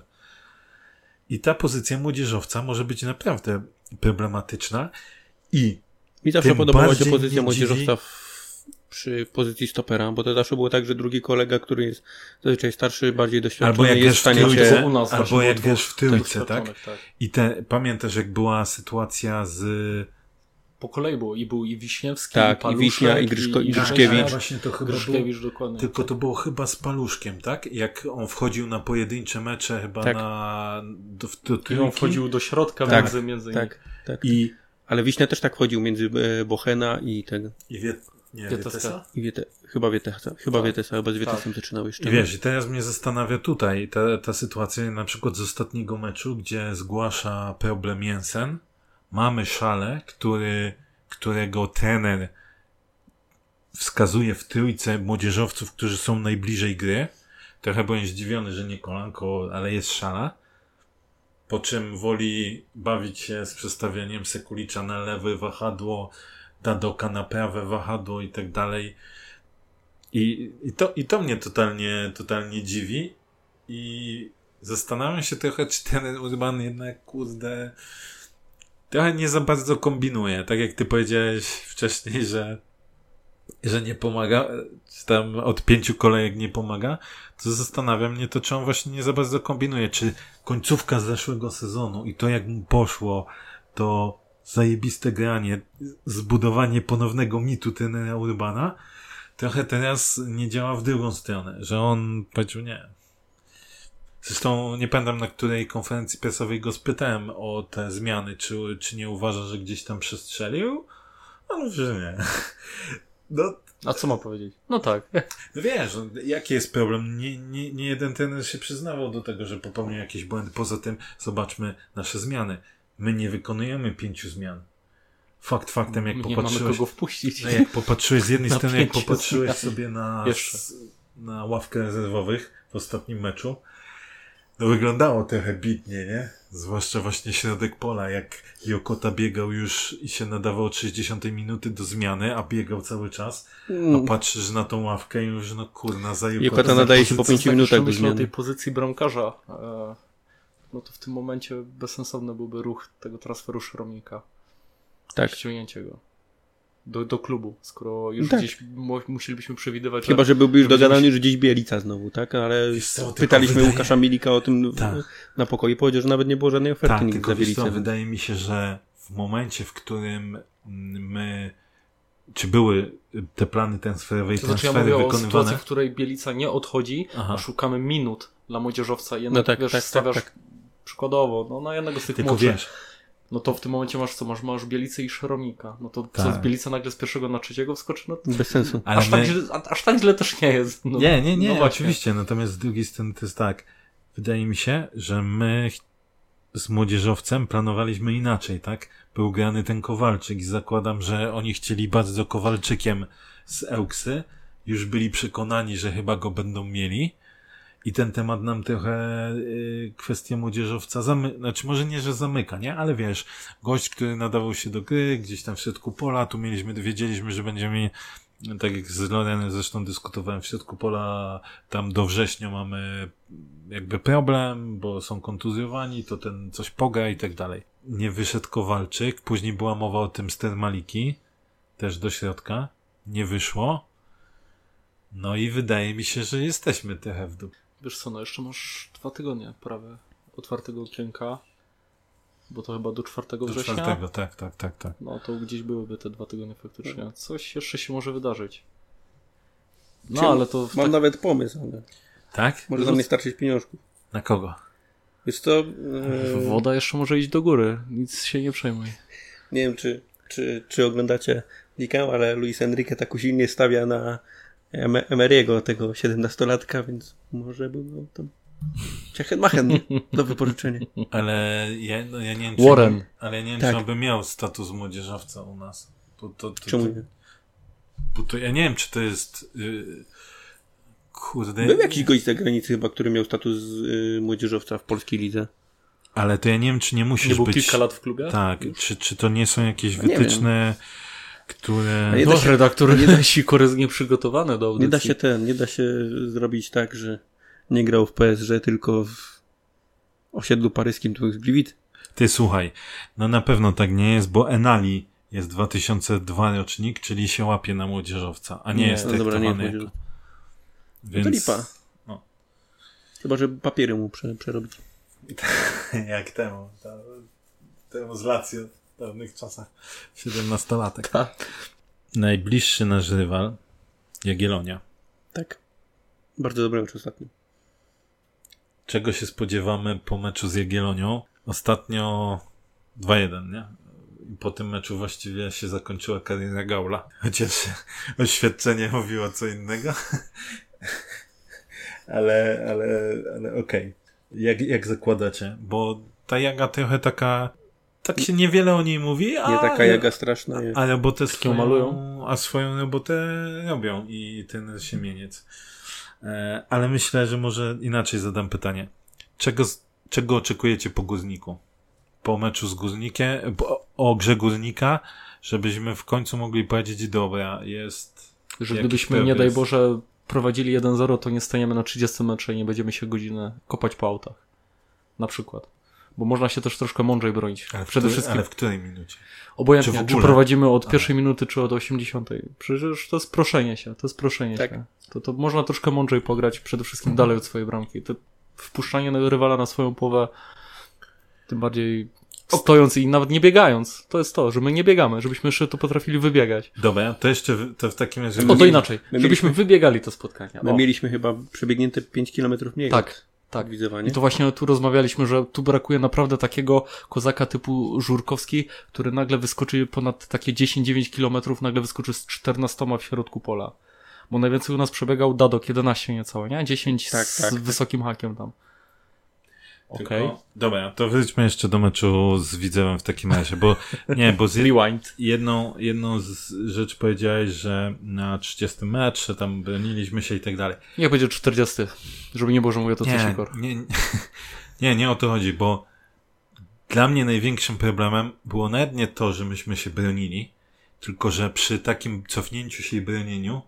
I ta pozycja młodzieżowca może być naprawdę problematyczna i mi zawsze podobała się pozycja dziwi... młodzieżowca w, przy pozycji stopera, bo to zawsze było tak, że drugi kolega, który jest zazwyczaj starszy, bardziej doświadczony, albo jak jest w stanie trójce, się... u nas albo jak wiesz w tyłce, tak? tak? I te, pamiętasz, jak była sytuacja z... Po kolei było. I był i Wiśniewski, tak, i Paluszek, i Wiśnia, i, Grzyszko, i, i Grzyszkiewicz. Tak, właśnie to chyba Grzyszkiewicz, było, dokładnie. tylko to było chyba z Paluszkiem, tak? Jak on wchodził na pojedyncze mecze chyba tak. na... Do, do I on wchodził do środka tak, między, między tak, tak. I... Ale Wiśnia też tak wchodził między e, Bochena i tego. I wie... Nie, Wietesa? I Wiete... Chyba Wietesa. Chyba tak. Wietesa, chyba z Wietesem tak. zaczynał jeszcze. I wiesz, i teraz mnie zastanawia tutaj ta, ta sytuacja na przykład z ostatniego meczu, gdzie zgłasza problem Jensen. Mamy Szale, który, którego trener wskazuje w trójce młodzieżowców, którzy są najbliżej gry. Trochę byłem zdziwiony, że nie Kolanko, ale jest Szala. Po czym woli bawić się z przestawianiem Sekulicza na lewe wahadło, Dadoka na prawe wahadło i tak dalej. I, i, to, I to mnie totalnie, totalnie dziwi. I zastanawiam się trochę, czy ten Urban jednak, kurde, trochę nie za bardzo kombinuje. Tak jak ty powiedziałeś wcześniej, że, że nie pomaga, czy tam od pięciu kolejek nie pomaga, to zastanawia mnie to, czy on właśnie nie za bardzo kombinuje. Czy końcówka zeszłego sezonu i to, jak mu poszło, to zajebiste granie, zbudowanie ponownego mitu trenera Urbana, trochę teraz nie działa w drugą stronę, że on powiedział nie. Zresztą nie pamiętam, na której konferencji prasowej go spytałem o te zmiany, czy, czy nie uważa, że gdzieś tam przestrzelił? On mówi, że nie. No, a co ma powiedzieć? No tak. No wiesz, jaki jest problem? Nie, nie, nie jeden trener się przyznawał do tego, że popełnił jakiś błęd. Poza tym zobaczmy nasze zmiany. My nie wykonujemy pięciu zmian. Fakt faktem, jak nie popatrzyłeś... Nie mamy kogo wpuścić. No jak popatrzyłeś z jednej strony, jak popatrzyłeś zmian. sobie na, na ławkę rezerwowych w ostatnim meczu, no wyglądało trochę bitnie, nie? Zwłaszcza właśnie środek pola, jak Jokota biegał już i się nadawał od sześćdziesiątej minuty do zmiany, a biegał cały czas, a patrzysz na tą ławkę i już, no kurna, za Jokota... Jokota nadaje się po pięciu minutach do zmiany. O tej pozycji bramkarza, no to w tym momencie bezsensowny byłby ruch tego transferu Szromika. Tak. Ściągnięcie go do, do klubu, skoro już tak. gdzieś mu, musielibyśmy przewidywać... Chyba, że byłby już dogadany, że gdzieś Bielica znowu, tak? Ale co, pytaliśmy wydaje... Łukasza Milika o tym tak. na pokoju i powiedział, że nawet nie było żadnej oferty tak, nigdy tylko za Bielicę. Co, wydaje mi się, że w momencie, w którym my czy były te plany transferowe i to znaczy, transfery ja mówię wykonywane? O sytuacji, w której Bielica nie odchodzi, Aha. a szukamy minut dla młodzieżowca i jednak, no tak, wiesz, tak, stawiasz tak, tak. przykładowo no, na jednego z tych tylko młodszych. Wiesz, no to w tym momencie masz co? Masz, masz Bielicę i Szromika. No to tak. co, z Bielica nagle z pierwszego na trzeciego wskoczy? No, bez sensu. Ale aż, my... tak źle, aż tak źle też nie jest. No, nie, nie, nie, no oczywiście. Natomiast z drugiej strony to jest tak. wydaje mi się, że my z młodzieżowcem planowaliśmy inaczej, tak? Był grany ten Kowalczyk i zakładam, że oni chcieli bardzo Kowalczykiem z Ełksy. Już byli przekonani, że chyba go będą mieli. I ten temat nam trochę y, kwestię młodzieżowca zamyka, znaczy może nie, że zamyka, nie? Ale wiesz, gość, który nadawał się do gry, gdzieś tam w środku pola, tu mieliśmy, wiedzieliśmy, że będziemy, tak jak z Lorenem zresztą dyskutowałem, w środku pola tam do września mamy jakby problem, bo są kontuzjowani, to ten coś poga i tak dalej. Nie wyszedł Kowalczyk, później była mowa o tym Stermaliki, też do środka, nie wyszło. No i wydaje mi się, że jesteśmy trochę w dół. Wiesz co, no jeszcze masz dwa tygodnie prawie otwartego okienka, bo to chyba do czwartego Do września. czwartego, tak, tak, tak, tak. No to gdzieś byłyby te dwa tygodnie faktycznie. Coś jeszcze się może wydarzyć. No Czym? ale to... Mam tak... nawet pomysł, ale Tak? może nam nie starczyć pieniążków. Na kogo? Wiesz co, yy, Woda jeszcze może iść do góry, nic się nie przejmuj. nie wiem czy, czy, czy oglądacie ligę, ale Luis Enrique tak usilnie stawia na Em- Emery'ego, tego siedemnastolatka, więc może by był tam ciachenmachen do wypożyczenia. Ale ja, no ja nie wiem, czy, Warren. ale ja nie wiem, Tak. czy on by miał status młodzieżowca u nas. To, to, to, Czemu to, nie? Bo to ja nie wiem, czy to jest yy, kurde... Był jakiś gość z zagranicy chyba, który miał status y, młodzieżowca w polskiej lidze. Ale to ja nie wiem, czy nie musisz Nie był być... kilka lat w klubie? Tak, czy, czy to nie są jakieś No nie wytyczne, które... A nie No, da się- redaktor nie da- jest koryz nieprzygotowany do audycji. Nie da się ten, nie da się zrobić tak, że nie grał w P S G, tylko w osiedlu paryskim, tu jest Gliwice. Ty słuchaj, no na pewno tak nie jest, bo Enali jest dwa tysiące drugi rocznik, czyli się łapie na młodzieżowca, a nie, Nie, jest no dobra, nie traktowany jest jako... To lipa. No. Chyba, że papiery mu prze, przerobić. Jak temu, ta, temu z Lazio w dawnych czasach, siedemnastolatek. Tak. Najbliższy nasz rywal, Jagiellonia. Tak. Bardzo dobry mecz ostatnio. Czego się spodziewamy po meczu z Jagiellonią? Ostatnio dwa jeden, nie? I po tym meczu właściwie się zakończyła kariera Gaula. Chociaż oświadczenie mówiło co innego. ale, ale, ale okej. Okay. Jak, jak zakładacie? Bo ta Jaga trochę taka... Tak się niewiele o niej mówi, a... Nie taka Jaga straszna jest. A robotę swoją, malują. a swoją robotę robią i ten Siemieniec. E, ale myślę, że może inaczej zadam pytanie. Czego, czego oczekujecie po Górniku? Po meczu z Górnikiem, po, o grze Górnika, żebyśmy w końcu mogli powiedzieć, dobra, jest... Że jakiś gdybyśmy, nie daj progres. Boże, prowadzili jeden zero, to nie staniemy na trzydziestym metrze i nie będziemy się godzinę kopać po autach. Na przykład. Bo można się też troszkę mądrzej bronić. Ale w, Przede której, wszystkim ale w której minucie? obojętnie, czy w czy, ogóle? prowadzimy od Aha. pierwszej minuty, czy od osiemdziesiątej. Przecież to jest proszenie się. To jest proszenie Tak. się. To, to można troszkę mądrzej pograć, przede wszystkim dalej od swojej bramki. To wpuszczanie na rywala na swoją połowę, tym bardziej stojąc i nawet nie biegając. To jest to, że my nie biegamy, żebyśmy jeszcze to potrafili wybiegać. Dobra, to jeszcze w, to w takim razie... O, to inaczej. my Żebyśmy mieliśmy- wybiegali to spotkanie. My O, mieliśmy chyba przebiegnięte pięć kilometrów mniej. tak, tak. od Widzewa, nie? I to właśnie tu rozmawialiśmy, że tu brakuje naprawdę takiego kozaka typu Żurkowski, który nagle wyskoczy ponad takie dziesięć dziewięć kilometrów, nagle wyskoczy z czternastoma w środku pola. Bo najwięcej u nas przebiegał Dadok, jedenaście niecałe, nie? dziesięć Tak, z tak, tak. wysokim hakiem tam. Tylko- Okej. Dobra, to wróćmy jeszcze do meczu z Widzewem w takim razie, bo nie, bo z, Rewind. jedną, jedną z rzeczy powiedziałeś, że na trzydziestym metrze tam broniliśmy się i tak dalej. Niech będzie czterdziesty, żeby nie było, że mówię to co Nie, sikor. nie, nie, nie, nie o to chodzi, bo dla mnie największym problemem było nawet nie to, że myśmy się bronili, tylko że przy takim cofnięciu się i bronieniu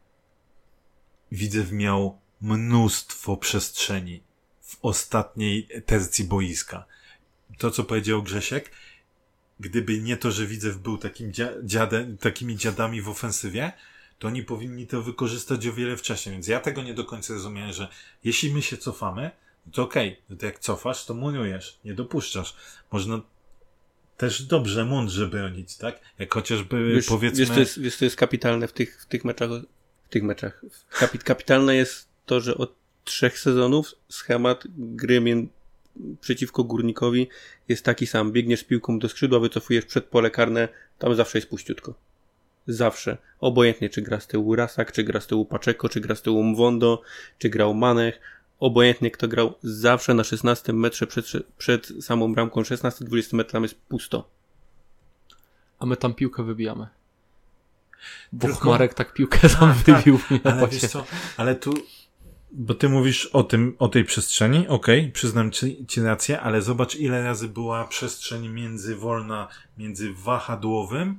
Widzew miał mnóstwo przestrzeni w ostatniej tercji boiska. To, co powiedział Grzesiek, gdyby nie to, że Widzew był takim dzia- dziadem, takimi dziadami w ofensywie, to oni powinni to wykorzystać o wiele wcześniej. Więc ja tego nie do końca rozumiem, że jeśli my się cofamy, to okej, okay, no to jak cofasz, to murujesz, nie dopuszczasz. Można też dobrze, mądrze bronić, tak? Jak chociażby Wiesz, powiedzmy... wiesz, to jest, wiesz, to jest kapitalne w tych, w tych meczach. W tych meczach. Kapit, kapitalne jest to, że od trzech sezonów schemat gry mię- przeciwko Górnikowi jest taki sam. Biegniesz z piłką do skrzydła, wycofujesz przed pole karne, tam zawsze jest puściutko. Zawsze. Obojętnie, czy gra z tyłu Rasak, czy gra z tyłu Paczeko, czy gra z tyłu Mwondo, czy grał Manech. obojętnie kto grał, zawsze na szesnastym metrze przed, przed samą bramką, szesnaście dwadzieścia metrów tam jest pusto. A my tam piłkę wybijamy. Bo Tylko- Chmarek tak piłkę tam A, tak, wybił. Nie, Ale właśnie. wiesz co, ale tu, bo ty mówisz o tym, o tej przestrzeni, okej, przyznam ci, ci rację, ale zobacz ile razy była przestrzeń między wolna, między wahadłowym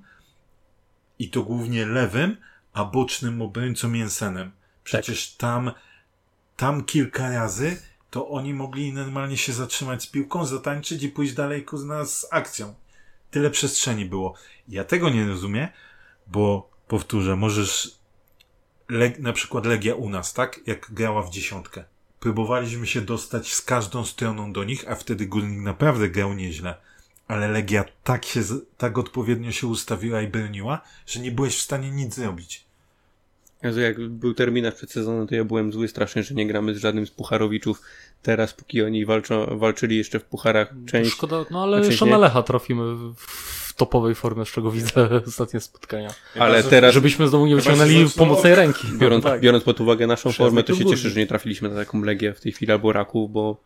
i to głównie lewym, a bocznym obrońcą Jensenem. Przecież tam, tam kilka razy to oni mogli normalnie się zatrzymać z piłką, zatańczyć i pójść dalej kurna z akcją. Tyle przestrzeni było. Ja tego nie rozumiem, bo powtórzę, możesz Leg- na przykład Legia u nas, tak? Jak grała w dziesiątkę. Próbowaliśmy się dostać z każdą stroną do nich, a wtedy Górnik naprawdę grał nieźle. Ale Legia tak się, z- tak odpowiednio się ustawiła i broniła, że nie byłeś w stanie nic zrobić. Jezu, jak był terminarz przed sezonem, to ja byłem zły strasznie, że nie gramy z żadnym z Pucharowiczów. Teraz, póki oni walczą, walczyli jeszcze w Pucharach, część... Szkoda, no ale Znaczy jeszcze nie. na Lecha trafimy w, w topowej formie, z czego widzę ostatnie spotkania. Ale teraz, Żebyśmy znowu nie Chyba się wyciągnęli zaczęło- pomocnej ręki. biorąc, tak. biorąc pod uwagę naszą Przez formę, to się Mecklenburg. cieszę, że nie trafiliśmy na taką Legię w tej chwili albo Raków, bo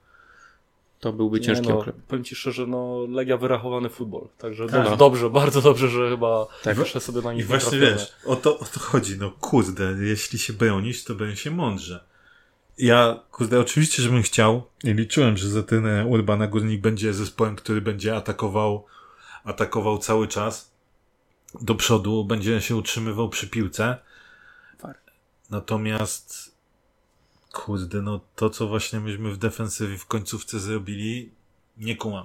to byłby ciężki Nie no, okrep. powiem ci szczerze, no Legia wyrachowany futbol. Także Tak. dobrze, dobrze, bardzo dobrze, że chyba Tak. jeszcze sobie na I nich właśnie nie trafiamy. wiesz, o to, o to chodzi, no kurde, jeśli się bronisz, to broń się mądrze. Ja, kurde, oczywiście, żebym chciał i liczyłem, że za ten Urbana Górnik będzie zespołem, który będzie atakował, atakował cały czas do przodu, będzie się utrzymywał przy piłce. Far. Natomiast kurde, no to, co właśnie myśmy w defensywie w końcówce zrobili, nie kumam.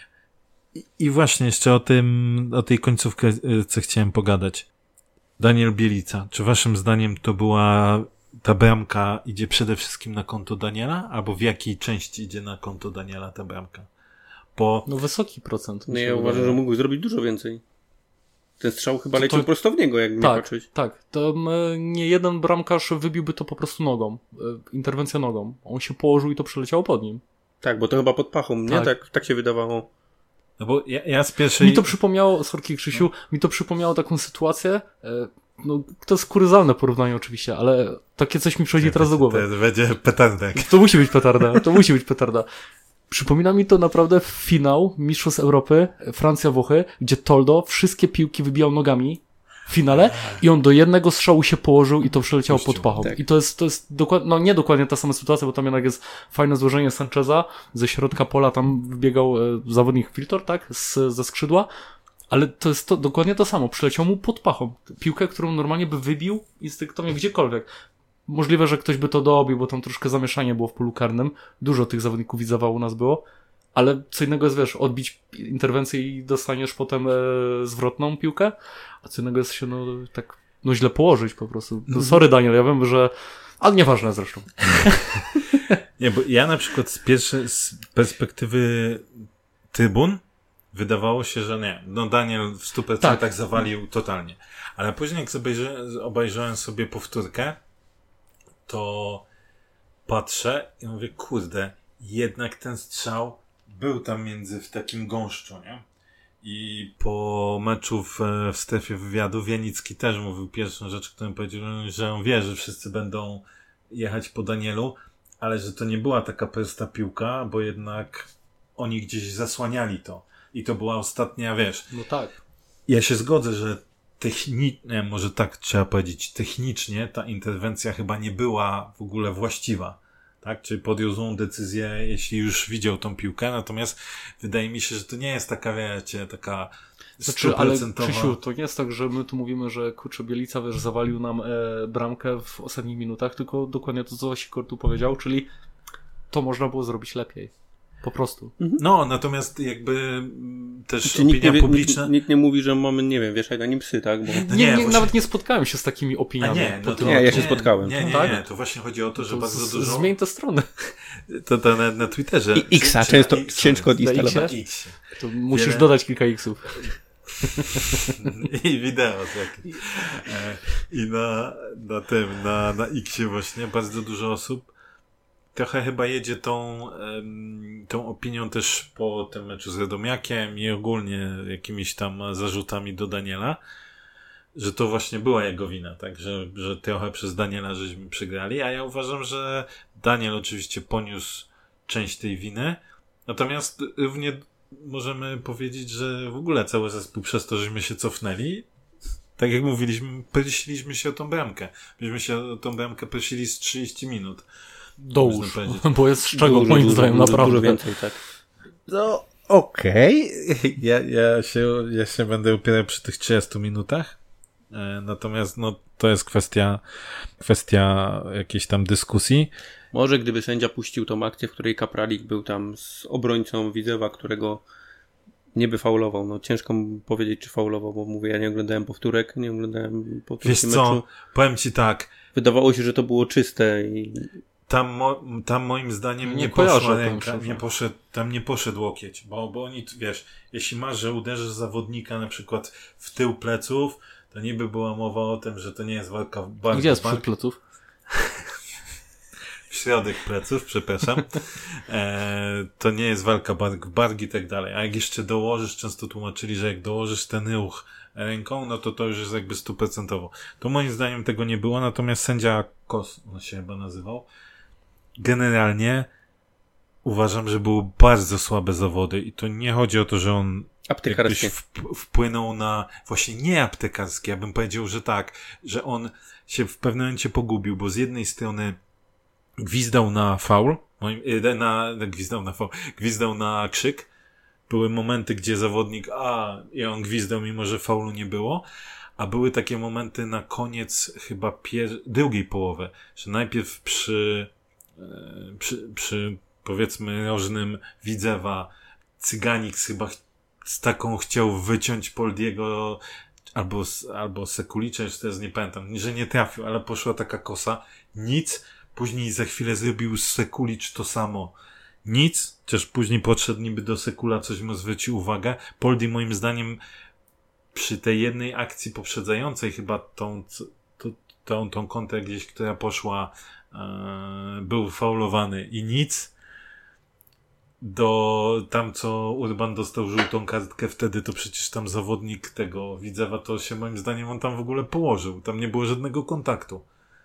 I, i właśnie jeszcze o tym, o tej końcówce, y, co chciałem pogadać. Daniel Bielica, czy waszym zdaniem to była ta bramka idzie przede wszystkim na konto Daniela, albo w jakiej części idzie na konto Daniela ta bramka? Bo No wysoki procent. No mi się ja uważam, wydaje. że mógł zrobić dużo więcej. Ten strzał chyba To- leciał to- prosto w niego, jak nie Tak, patrzeć. tak. To e, nie jeden bramkarz wybiłby to po prostu nogą. E, interwencja nogą. On się położył i to przeleciało pod nim. Tak, bo to chyba pod pachą, nie? Tak. Tak, tak się wydawało. no bo ja, ja z pierwszej... Mi to przypomniało, sorki Krzysiu, mi to przypomniało taką sytuację, e, no to jest kuryzalne porównanie oczywiście, ale takie coś mi przychodzi teraz do głowy. To będzie petardek. To musi być petarda, to musi być petarda. Przypomina mi to naprawdę finał Mistrzostw Europy, Francja-Włochy, gdzie Toldo wszystkie piłki wybijał nogami w finale i on do jednego strzału się położył i to przeleciało pod Puścił, pachą. tak. I to jest, to jest dokładnie, no nie dokładnie ta sama sytuacja, bo tam jednak jest fajne złożenie Sancheza, ze środka pola tam wybiegał e, zawodnik Filtor, tak, z, ze skrzydła, ale to jest to, dokładnie to samo, przyleciał mu pod pachą. Piłkę, którą normalnie by wybił instynktownie gdziekolwiek. Możliwe, że ktoś by to dobił, bo tam troszkę zamieszanie było w polu karnym. Dużo tych zawodników widzowało u nas było. Ale co innego jest, wiesz, odbić interwencję i dostaniesz potem e, zwrotną piłkę, a co innego jest się no tak no źle położyć po prostu. No, sorry Daniel, ja wiem, że... Ale nieważne zresztą. Nie, bo ja na przykład z pierwszej, z perspektywy trybun wydawało się, że nie. No Daniel w stu procentach Tak. zawalił totalnie. Ale później jak sobie obejrzałem sobie powtórkę, to patrzę i mówię, kurde, jednak ten strzał był tam między w takim gąszczu, nie? I po meczu w, w strefie wywiadu Wienicki też mówił pierwszą rzecz, którą powiedział, że on wie, że wszyscy będą jechać po Danielu, ale że to nie była taka prosta piłka, bo jednak oni gdzieś zasłaniali to. I to była ostatnia, wiesz, No tak. ja się zgodzę, że technicznie, może tak trzeba powiedzieć, technicznie ta interwencja chyba nie była w ogóle właściwa. Tak? Czyli podjął złą decyzję, jeśli już widział tą piłkę, natomiast wydaje mi się, że to nie jest taka, wiecie, taka Znaczy, ale stuprocentowa... Krzysiu, to nie jest tak, że my tu mówimy, że kurczę Bielica, wiesz, zawalił nam e, bramkę w ostatnich minutach, tylko dokładnie to, co Sikor tu powiedział, czyli to można było zrobić lepiej. Po prostu. No, natomiast jakby mm, też Czy nikt opinia nie, wie- publiczna... nikt, nikt nie mówi, że mamy, nie wiem, wieszać na nim psy, tak? Bo... No nie, nie, nie, właśnie- Nawet nie spotkałem się z takimi A opiniami. nie, no po to, tym Nie, ja roku. się spotkałem. Nie, nie, Tak? nie, to właśnie chodzi o to, że To bardzo z- dużo... Zmień tę stronę. To, to na, na Twitterze. I X-a Czy- czy na często X-a ciężko jest. odinstalować. Na X-ie. To musisz Wiele- dodać kilka X-ów. I wideo takie. E, I na, na tym, na, na X-ie właśnie bardzo dużo osób trochę chyba jedzie tą, em, tą opinią też po tym meczu z Radomiakiem i ogólnie jakimiś tam zarzutami do Daniela, że to właśnie była jego wina, tak, że, że trochę przez Daniela żeśmy przegrali, a ja uważam, że Daniel oczywiście poniósł część tej winy, natomiast równie możemy powiedzieć, że w ogóle cały zespół przez to, żeśmy się cofnęli, tak jak mówiliśmy, prosiliśmy się o tą bramkę. Myśmy się o tą bramkę prosili z trzydzieści minut. Dołóż, bo jest z czego dużo, moim dużo, zdaniem dużo, naprawdę. Dużo więcej, tak. No, okej. Okay. Ja, ja, się, ja się będę upierał przy tych trzydziestu minutach. E, natomiast no, to jest kwestia, kwestia jakiejś tam dyskusji. Może gdyby sędzia puścił tą akcję, w której Kapralik był tam z obrońcą Widzewa, którego nie by faulował. No ciężko powiedzieć, czy faulował, bo mówię, ja nie oglądałem powtórek, nie oglądałem powtórki Wiesz meczu. co, powiem ci tak. Wydawało się, że to było czyste i... Tam, mo, tam moim zdaniem nie, Nie poszła kojarzę ręka, tam, nie poszedł, tam nie poszedł łokieć, bo, bo oni, wiesz, jeśli masz, że uderzysz zawodnika na przykład w tył pleców, to niby była mowa o tym, że to nie jest walka w bark. Gdzie jest przód pleców? W środek pleców, przepraszam. E, to nie jest walka bark w bark i tak dalej. A jak jeszcze dołożysz, często tłumaczyli, że jak dołożysz ten ruch ręką, no to to już jest jakby stuprocentowo. To moim zdaniem tego nie było, natomiast sędzia Kos, on się chyba nazywał, generalnie uważam, że były bardzo słabe zawody i to nie chodzi o to, że on aptekarskie wp- wpłynął na, właśnie nie aptekarskie, ja bym powiedział, że tak, że on się w pewnym momencie pogubił, bo z jednej strony gwizdał na faul, moim, na, gwizdał na faul, gwizdał na krzyk, były momenty, gdzie zawodnik, a, i on gwizdał, mimo że faulu nie było, a były takie momenty na koniec chyba pier- drugiej połowy, że najpierw przy, e, przy, przy powiedzmy rożnym Widzewa Cyganik chyba ch- z taką chciał wyciąć Poldiego albo, albo Sekulicza, już teraz nie pamiętam, że nie trafił, ale poszła taka kosa, nic, później za chwilę zrobił Sekulicz to samo, nic, chociaż później podszedł niby do Sekula, coś mu zwrócił uwagę. Poldi moim zdaniem przy tej jednej akcji poprzedzającej chyba tą, tą, tą, tą kontrę gdzieś, która poszła, e, był faulowany i nic. Do tam, co Urban dostał żółtą kartkę wtedy, to przecież tam zawodnik tego Widzewa, to się moim zdaniem on tam w ogóle położył. Tam nie było żadnego kontaktu.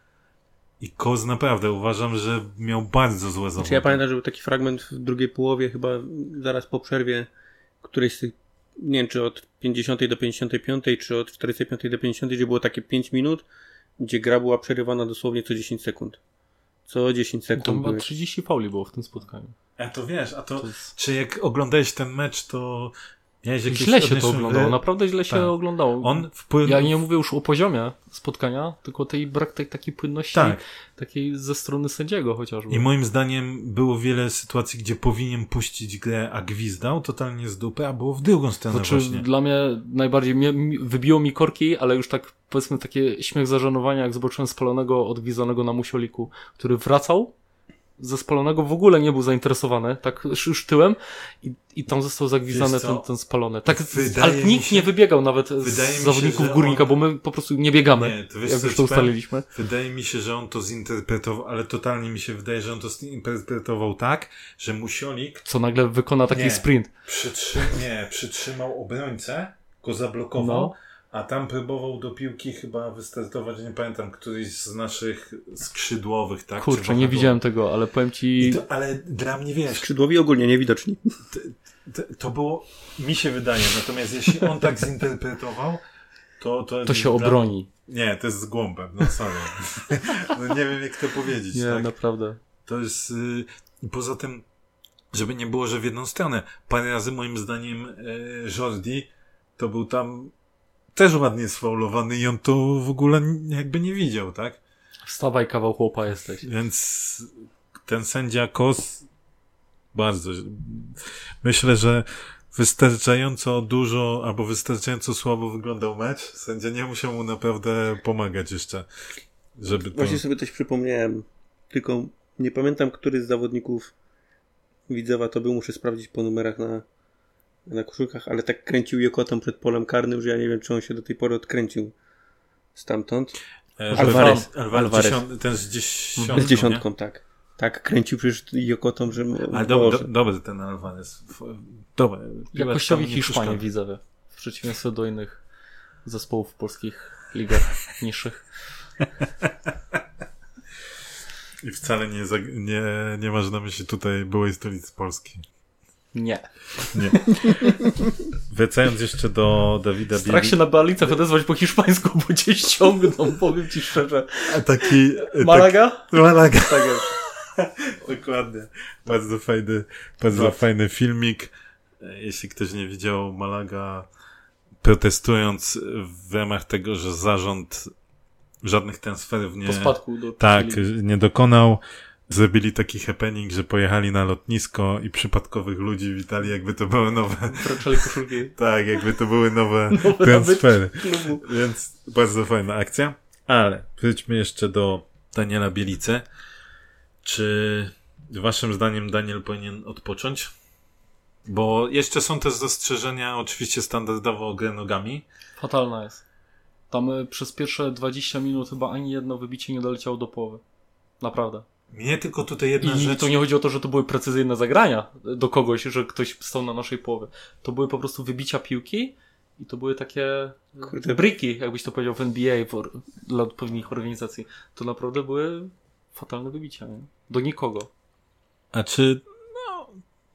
I Koz naprawdę uważam, że miał bardzo złe zawody. Znaczy ja pamiętam, że był taki fragment w drugiej połowie, chyba zaraz po przerwie, któryś z tych, nie wiem, czy od pięćdziesiątej do pięćdziesiątej piątej, czy od czterdziestej piątej do pięćdziesiątej, gdzie było takie pięć minut, gdzie gra była przerywana dosłownie co dziesięć sekund. Co dziesięć sekund. To chyba były... trzydzieści fauli było w tym spotkaniu. A to wiesz, a to, to jest... czy jak oglądałeś ten mecz, to miałeś jakieś źle się to odniesienie- oglądało, naprawdę źle się Tak. oglądało. On wpłynął... Ja nie mówię już o poziomie spotkania, tylko tej brak tej takiej płynności Tak. takiej ze strony sędziego chociażby. I moim zdaniem było wiele sytuacji, gdzie powinien puścić grę, a gwizdał totalnie z dupy, a było w drugą stronę Znaczy, właśnie. dla mnie najbardziej mnie, mi- wybiło mi korki, ale już tak powiedzmy takie śmiech zażenowania, jak zobaczyłem spalonego, odgwizdanego na Musioliku, który wracał ze spalonego, w ogóle nie był zainteresowany, tak już już tyłem i, i tam został zagwizdany Wiesz co? ten, ten spalony. Tak, Wydaje ale mi nikt się- nie wybiegał nawet wydaje mi z się, zawodników że Górnika, on- bo my po prostu nie biegamy, Nie, to wiesz, jak co już ci to powiem? ustaliliśmy. Wydaje mi się, że on to zinterpretował, ale totalnie mi się wydaje, że on to zinterpretował tak, że Musiolik Co nagle wykona taki Nie. sprint. przytrzy... nie, przytrzymał obrońcę, go zablokował, No. a tam próbował do piłki chyba wystartować, nie pamiętam, któryś z naszych skrzydłowych, tak? Czy Kurczę, nie wahadłowych. widziałem tego, ale powiem ci... I to, ale dla mnie, wiesz, Skrzydłowi ogólnie niewidoczni. to, to było, mi się wydaje, natomiast jeśli on tak zinterpretował, to... To, To się dla... obroni. Nie, to jest z głąbem, no sorry. No nie wiem, jak to powiedzieć, Nie, tak? naprawdę. To jest... Yy, i poza tym, żeby nie było, że w jedną stronę. Parę razy moim zdaniem yy, Jordi to był tam też ładnie sfaulowany i on to w ogóle jakby nie widział, tak? Wstawaj, kawał chłopa jesteś. Więc ten sędzia Kos bardzo... Myślę, że wystarczająco dużo albo wystarczająco słabo wyglądał mecz. Sędzia nie musiał mu naprawdę pomagać jeszcze, żeby to... Właśnie sobie coś przypomniałem, tylko nie pamiętam, który z zawodników Widzewa to był, muszę sprawdzić po numerach na, na koszulkach, ale tak kręcił Jokotą przed polem karnym, że ja nie wiem, czy on się do tej pory odkręcił stamtąd. E, Alvarez. Alvarez, Alvarez. dziesiąt, ten z dziesiątką, Z dziesiątką, tak. Tak, kręcił przecież Jokotą, że... Ale dobry, do, dobry ten Alvarez. Dobry. Jakościowi Nie Hiszpanie przeszkadza. widzę, w przeciwieństwie do innych zespołów polskich ligach niższych. I wcale nie, nie, nie masz na myśli tutaj byłej stolicy Polski. Nie. Nie. Wracając jeszcze do Dawida Bieli. Strach się na Balicach odezwać po hiszpańsku, bo cię ściągną, powiem ci szczerze. A taki... Malaga? Tak, Malaga. Tak jest. Dokładnie. Bardzo fajny, bardzo no. fajny filmik. Jeśli ktoś nie widział, Malaga protestując w ramach tego, że zarząd żadnych transferów nie... Po spadku do Tak, nie dokonał. Zrobili taki happening, że pojechali na lotnisko i przypadkowych ludzi witali, jakby to były nowe... Wręczali koszulki. Tak, jakby to były nowe, nowe transfery. Więc bardzo fajna akcja. Ale wróćmy jeszcze do Daniela Bielicy. Czy waszym zdaniem Daniel powinien odpocząć? Bo jeszcze są też zastrzeżenia, oczywiście standardowo grę nogami. Fatalna jest. Tam y, przez pierwsze dwadzieścia minut chyba ani jedno wybicie nie doleciało do połowy. Naprawdę. Mnie tylko tutaj jedna I rzecz... to nie chodzi o to, że to były precyzyjne zagrania do kogoś, że ktoś stał na naszej połowie. To były po prostu wybicia piłki i to były takie Kurde. briki, jakbyś to powiedział w N B A for, dla odpowiednich organizacji. To naprawdę były fatalne wybicia. Nie? Do nikogo. A czy... No,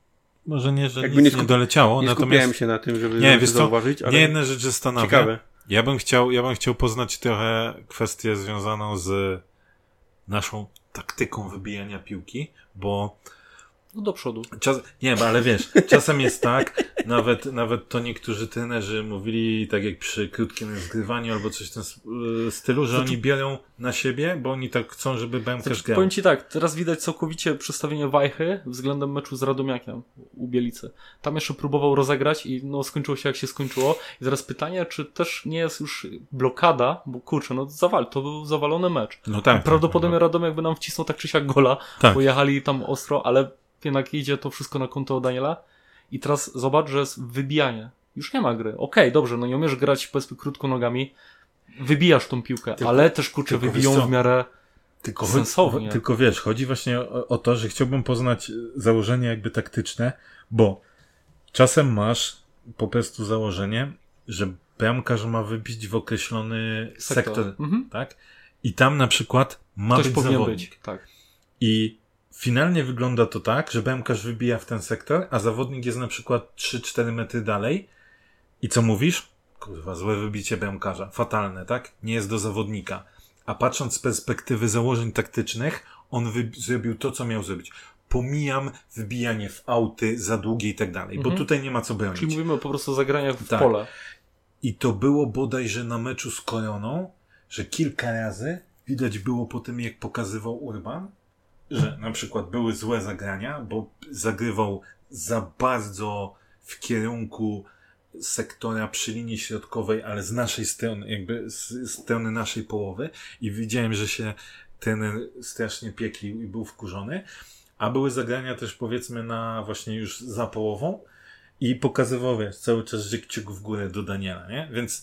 może nie, że Jakby nic nie, skup... nie doleciało. Nie natomiast... skupiałem się na tym, żeby, nie, żeby wiesz zauważyć, co? ale... Nie jedna rzecz zastanawia. Ciekawe. Ja bym chciał, ja bym chciał poznać trochę kwestię związaną z naszą taktyką wybijania piłki, bo no do przodu. Czas, nie, ale wiesz, czasem jest tak, nawet, nawet to niektórzy trenerzy mówili, tak jak przy krótkim zgrywaniu albo coś w tym stylu, że znaczy, oni biorą na siebie, bo oni tak chcą, żeby bramkarz znaczy, grał. Powiem ci tak, teraz widać całkowicie przestawienie wajchy względem meczu z Radomiakiem u Bielicy. Tam jeszcze próbował rozegrać i no skończyło się jak się skończyło. I teraz pytanie, czy też nie jest już blokada, bo kurczę, no zawal, to był zawalony mecz. No tak. Prawdopodobnie tak, Radomiak by nam wcisnął tak czy siak gola, tak. bo jechali tam ostro, ale jednak idzie to wszystko na konto Daniela i teraz zobacz, że jest wybijanie. Już nie ma gry. Okej, okay, dobrze, no nie umiesz grać powiedzmy krótko nogami, wybijasz tą piłkę, tylko, ale też kurczę wybiją w miarę tylko sensownie. Wy, tylko wiesz, chodzi właśnie o, o to, że chciałbym poznać założenie jakby taktyczne, bo czasem masz po prostu założenie, że bramkarz ma wybić w określony sektor, sektor mhm. tak? I tam na przykład ma Ktoś być powinien zawodnik. Być, tak. I finalnie wygląda to tak, że bramkarz wybija w ten sektor, a zawodnik jest na przykład trzy cztery metry dalej. I co mówisz? Kurwa, złe wybicie bramkarza. Fatalne, tak? Nie jest do zawodnika. A patrząc z perspektywy założeń taktycznych, on wy- zrobił to, co miał zrobić. Pomijam wybijanie w auty za długie i tak dalej, mhm. bo tutaj nie ma co bronić. Czyli mówimy po prostu o zagraniach w tak. pole. I to było bodajże na meczu z Koroną, że kilka razy widać było po tym, jak pokazywał Urban, że na przykład były złe zagrania, bo zagrywał za bardzo w kierunku sektora przy linii środkowej, ale z naszej strony, jakby z strony naszej połowy i widziałem, że się trener strasznie pieklił i był wkurzony, a były zagrania też powiedzmy na właśnie już za połową i pokazywał, wiesz, cały czas kciuk w górę do Daniela, nie? Więc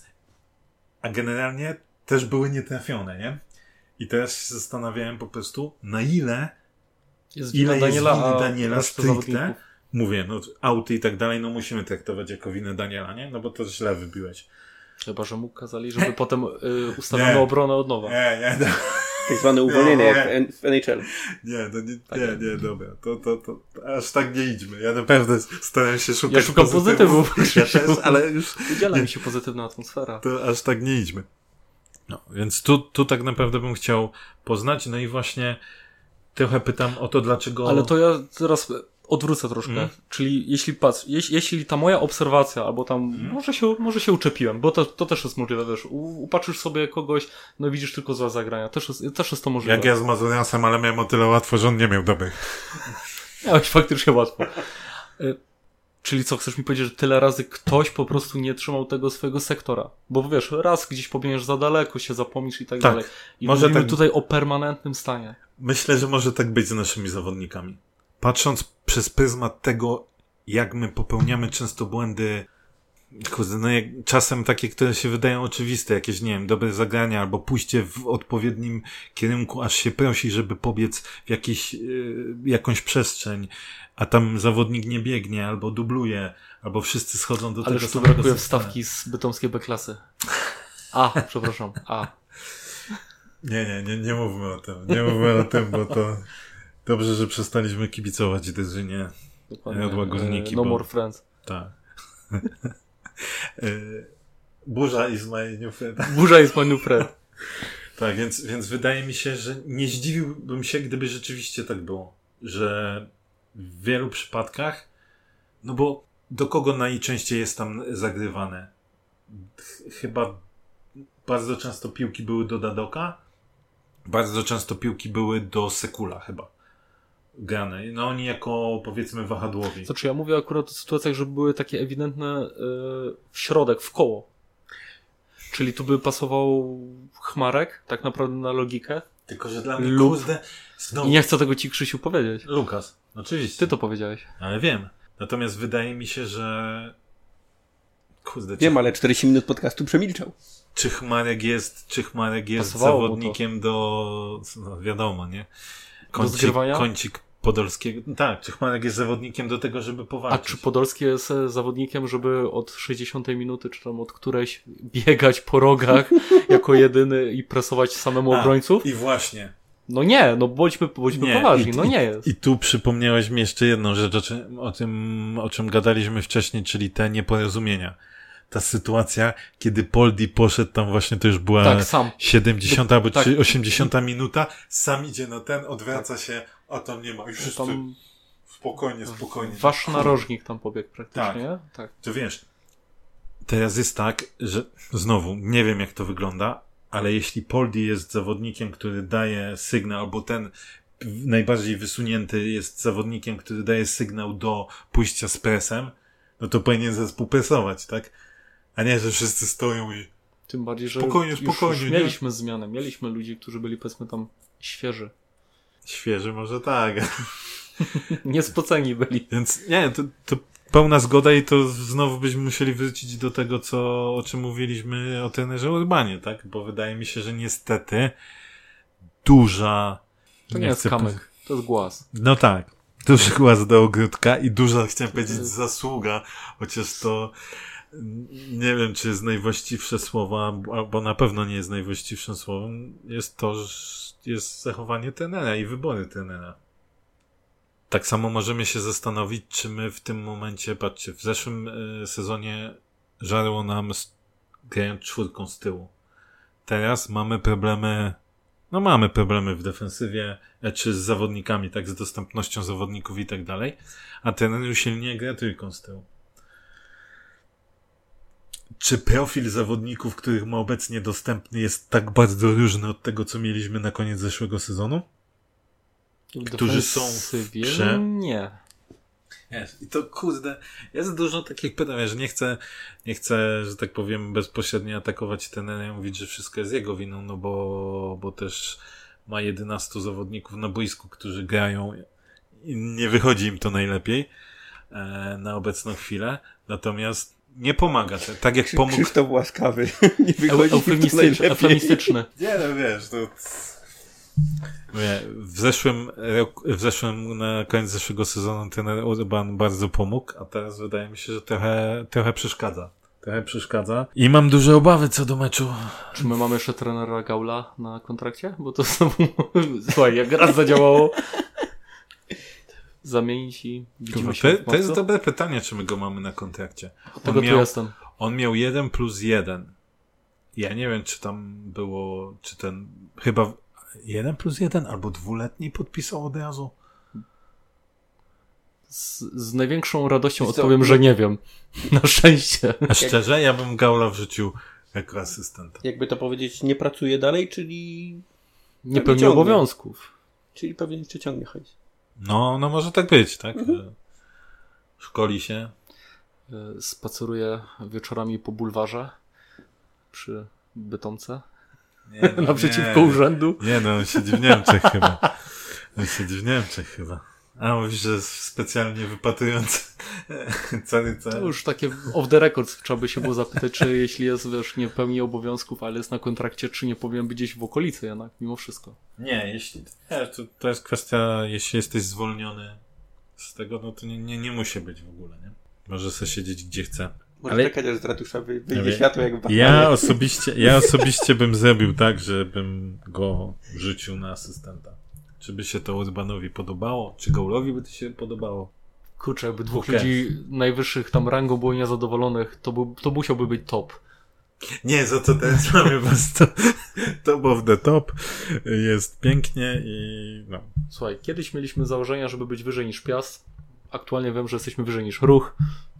a generalnie też były nietrafione, nie? I teraz się zastanawiałem po prostu, na ile jest ile Daniela, jest winy Daniela stricte. Zawodników. Mówię, no auty i tak dalej, no musimy traktować jako winę Daniela, nie? No bo to źle wybiłeś. Chyba, że mu kazali, żeby potem y, ustawiono obronę od nowa. Nie, nie, no. Tak zwane uwolnienie, nie, jak w N H L. Nie, no nie, tak. nie, nie, dobra. To, to, to, to aż tak nie idźmy. Ja naprawdę staram się szukać ja szukam pozytywów. Ja też, ale już... Udziela mi się pozytywna atmosfera. To aż tak nie idźmy. No, więc tu, tu tak naprawdę bym chciał poznać. No i właśnie trochę pytam o to, dlaczego... Ale to ja teraz odwrócę troszkę. Mm. Czyli jeśli patrz, jeśli, jeśli ta moja obserwacja, albo tam, mm. może się, może się uczepiłem, bo to, to też jest możliwe, wiesz, upatrzysz sobie kogoś, no widzisz tylko złe zagrania, też jest, też jest to możliwe. Jak ja z Mazuriasem, ale miałem o tyle łatwo, że on nie miał dobrych. Miałeś faktycznie łatwo. Czyli co, chcesz mi powiedzieć, że tyle razy ktoś po prostu nie trzymał tego swojego sektora? Bo wiesz, raz gdzieś pobiegniesz za daleko, się zapomnisz i tak, tak dalej. I może mówimy tak... tutaj o permanentnym stanie. Myślę, że może tak być z naszymi zawodnikami. Patrząc przez pryzmat tego, jak my popełniamy często błędy, kurde, no jak, czasem takie, które się wydają oczywiste, jakieś, nie wiem, dobre zagrania, albo pójście w odpowiednim kierunku, aż się prosi, żeby pobiec w jakiś, yy, jakąś przestrzeń, a tam zawodnik nie biegnie, albo dubluje, albo wszyscy schodzą do Ale tego samego. Ale tu brakuje wstawki z bytomskiej B-klasy. A, przepraszam, A. Nie, nie, nie, nie mówmy o tym. Nie mówmy o tym, bo to dobrze, że przestaliśmy kibicować drużynie Jodła Górniki. No bo... more friends. Tak. Burza is my new friend. Burza is my new friend. Tak, więc, więc wydaje mi się, że nie zdziwiłbym się, gdyby rzeczywiście tak było. Że w wielu przypadkach, no bo do kogo najczęściej jest tam zagrywane? Ch- chyba bardzo często piłki były do Dadoka, bardzo często piłki były do Sekula chyba grane. No oni jako, powiedzmy, wahadłowi. Znaczy ja mówię akurat o sytuacjach, że były takie ewidentne yy, w środek, w koło. Czyli tu by pasował Chmarek, tak naprawdę na logikę. Tylko, że dla mnie, Lub... kurde, znowu... I nie chcę tego ci, Krzysiu, powiedzieć. Lukas, oczywiście. Ty to powiedziałeś. Ale wiem. Natomiast wydaje mi się, że... Kurde, Wiem, czy... ale czterdzieści minut podcastu przemilczał. Czy Chmarek jest, czy Chmarek jest Pasowało zawodnikiem do... No wiadomo, nie? Do zgrywania? Kącik Podolskiego. Tak, czy Chmarek jest zawodnikiem do tego, żeby A powalczyć? czy Podolski jest zawodnikiem, żeby od sześćdziesiątej minuty, czy tam od którejś biegać po rogach jako jedyny i presować samemu A, obrońców? I właśnie. No nie, no bądźmy, bądźmy Nie, poważni, i- no nie jest. I tu przypomniałeś mi jeszcze jedną rzecz, o, czym, o tym, o czym gadaliśmy wcześniej, czyli te nieporozumienia. Ta sytuacja, kiedy Poldi poszedł tam właśnie, to już była Tak, sam. siedemdziesiąta albo tak. czy osiemdziesiąta minuta, sam idzie na ten, odwraca się, a tam nie ma. Już wszyscy, Tam spokojnie, spokojnie. wasz narożnik tam pobiegł praktycznie, Tak. tak. To wiesz, teraz jest tak, że znowu, nie wiem jak to wygląda, ale jeśli Poldi jest zawodnikiem, który daje sygnał, albo ten najbardziej wysunięty jest zawodnikiem, który daje sygnał do pójścia z presem, no to powinien zespół presować, tak? A nie, że wszyscy stoją i... Tym bardziej, że Spokojnie, już, spokojnie, już nie? mieliśmy zmianę, mieliśmy ludzi, którzy byli powiedzmy tam świeży. Świeży może tak. Niespoceni byli. Więc nie, to, to pełna zgoda i to znowu byśmy musieli wrócić do tego, co, o czym mówiliśmy o trenerze Urbanie, tak? Bo wydaje mi się, że niestety duża... To nie jest chcę kamyk, po- to jest głaz. No tak. Duży głaz do ogródka i duża, chciałem powiedzieć, zasługa, chociaż to nie wiem, czy jest najwłaściwsze słowa, albo na pewno nie jest najwłaściwszym słowem, jest to, że jest zachowanie trenera i wybory trenera. Tak samo możemy się zastanowić, czy my w tym momencie, patrzcie, w zeszłym y, sezonie żarło nam z, grając czwórką z tyłu. Teraz mamy problemy, no mamy problemy w defensywie, czy z zawodnikami, tak, z dostępnością zawodników i tak dalej, a trener usilnie gra trójką z tyłu. Czy profil zawodników, których ma obecnie dostępny, jest tak bardzo różny od tego, co mieliśmy na koniec zeszłego sezonu? W Którzy są defensywie? w prze- Nie. Jest. I to kurde, jest dużo takich pytań, że nie chcę, nie chcę, że tak powiem, bezpośrednio atakować trenera i mówić, że wszystko jest jego winą, no bo, bo też ma jedenastu zawodników na boisku, którzy grają i nie wychodzi im to najlepiej e, na obecną chwilę. Natomiast nie pomaga. Tak jak pomógł... Krzysztof łaskawy. Nie wychodzi im to Eufemistyczny. najlepiej. eufemistyczny. Nie, no wiesz, to... Nie, w zeszłym roku, w zeszłym, na koniec zeszłego sezonu trener Urban bardzo pomógł, a teraz wydaje mi się, że trochę, trochę przeszkadza. Trochę przeszkadza. I mam duże obawy co do meczu. Czy my mamy jeszcze trenera Gaula na kontrakcie? Bo to znowu... Słuchaj, jak raz zadziałało, zamienić i widzimy Kurwa, się to, w to jest marcu? dobre pytanie, czy my go mamy na kontrakcie. Tego On tu miał, jestem. on miał jeden plus jeden. Ja nie wiem, czy tam było, czy ten, chyba jeden plus jeden albo dwuletni podpisał od razu. Z, z największą radością Wiesz co? odpowiem, że nie wiem. Na szczęście. A szczerze, ja bym Gaula wrzucił jako asystenta. Jakby to powiedzieć, nie pracuje dalej, czyli... Nie nie pełni ciągnie. obowiązków. Czyli pewnie jeszcze ciągnie hajs. No, no może tak być, tak? Mhm. Że Szkoli się. E, Spaceruję wieczorami po bulwarze przy Bytomce. Nie, no, Naprzeciwko nie. urzędu. Nie no, on siedzi w Niemczech chyba. On siedzi w Niemczech chyba. A mówisz, że jest specjalnie wypatrujący cały To cel. już takie off the record trzeba by się było zapytać, czy jeśli jest, wiesz, nie pełni obowiązków, ale jest na kontrakcie, czy nie powinien być gdzieś w okolicy jednak, mimo wszystko. Nie, jeśli... Nie, to, to jest kwestia, jeśli jesteś zwolniony z tego, no to nie, nie, nie musi być w ogóle, nie? Może sobie siedzieć gdzie chce. Może Ale- czekać, aż z ratusza wy- wyjdzie Ale- światło jak w Batmanie. Ja osobiście, ja osobiście bym zrobił tak, żebym go rzucił na asystenta. Czy by się to Urbanowi podobało? Czy Goulowi by to się podobało? Kurczę, jakby dwóch Who cares? ludzi najwyższych tam rangą było niezadowolonych, to, był, to musiałby być top. Nie, za co teraz mamy po prostu top of the top. Jest pięknie i no. Słuchaj, kiedyś mieliśmy założenia, żeby być wyżej niż Piast. Aktualnie wiem, że jesteśmy wyżej niż Ruch.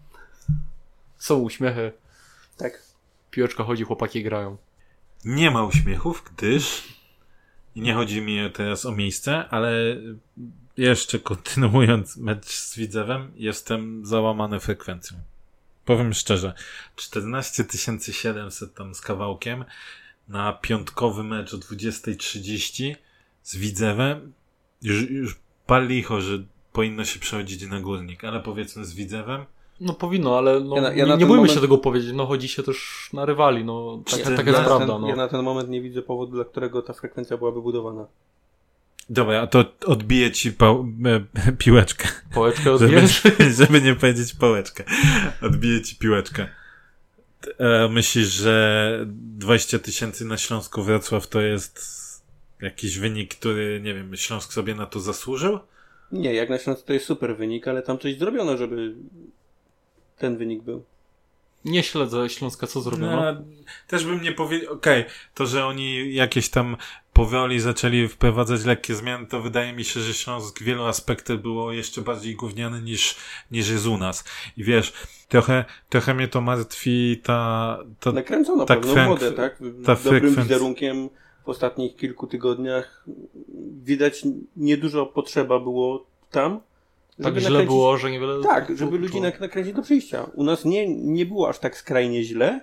Są uśmiechy. Tak. Piłeczka chodzi, chłopaki grają. Nie ma uśmiechów, gdyż i nie chodzi mi teraz o miejsce, ale jeszcze kontynuując mecz z Widzewem, jestem załamany frekwencją. Powiem szczerze, czternaście tysięcy siedemset tam z kawałkiem na piątkowy mecz o dwudziesta trzydzieści z Widzewem. Już, już pal licho, że powinno się przechodzić na Górnik, ale powiedzmy z Widzewem. No powinno, ale no, Ja na- ja nie, na nie ten bójmy moment- się tego powiedzieć. No chodzi się też na rywali. No, tak, Ja- tak ja jest na prawda. ten, No. ja na ten moment nie widzę powodu, dla którego ta frekwencja była wybudowana. Dobra, a to odbiję ci pał- e, piłeczkę. Połeczkę Żeby, odbierz. żeby nie powiedzieć pałeczkę. Odbiję ci piłeczkę. E, myślisz, że dwadzieścia tysięcy na Śląsku Wrocław to jest jakiś wynik, który, nie wiem, Śląsk sobie na to zasłużył? Nie, jak na Śląsku to jest super wynik, ale tam coś zrobiono, żeby ten wynik był. Nie śledzę Śląska, co zrobiono. No, też bym nie powiedział, okej, to, że oni jakieś tam powoli zaczęli wprowadzać lekkie zmiany, to wydaje mi się, że Śląsk w wielu aspektach było jeszcze bardziej gówniany niż, niż jest u nas. I wiesz, trochę, trochę mnie to martwi ta, ta Nakręcono tak pewną frenk- modę, tak? ta Dobrym frekwenc- wizerunkiem w ostatnich kilku tygodniach widać niedużo potrzeba było tam. Tak żeby źle nakręcić... było, że niewiele... Tak, żeby było- ludzi nak- nakręcić do przyjścia. U nas nie, nie było aż tak skrajnie źle,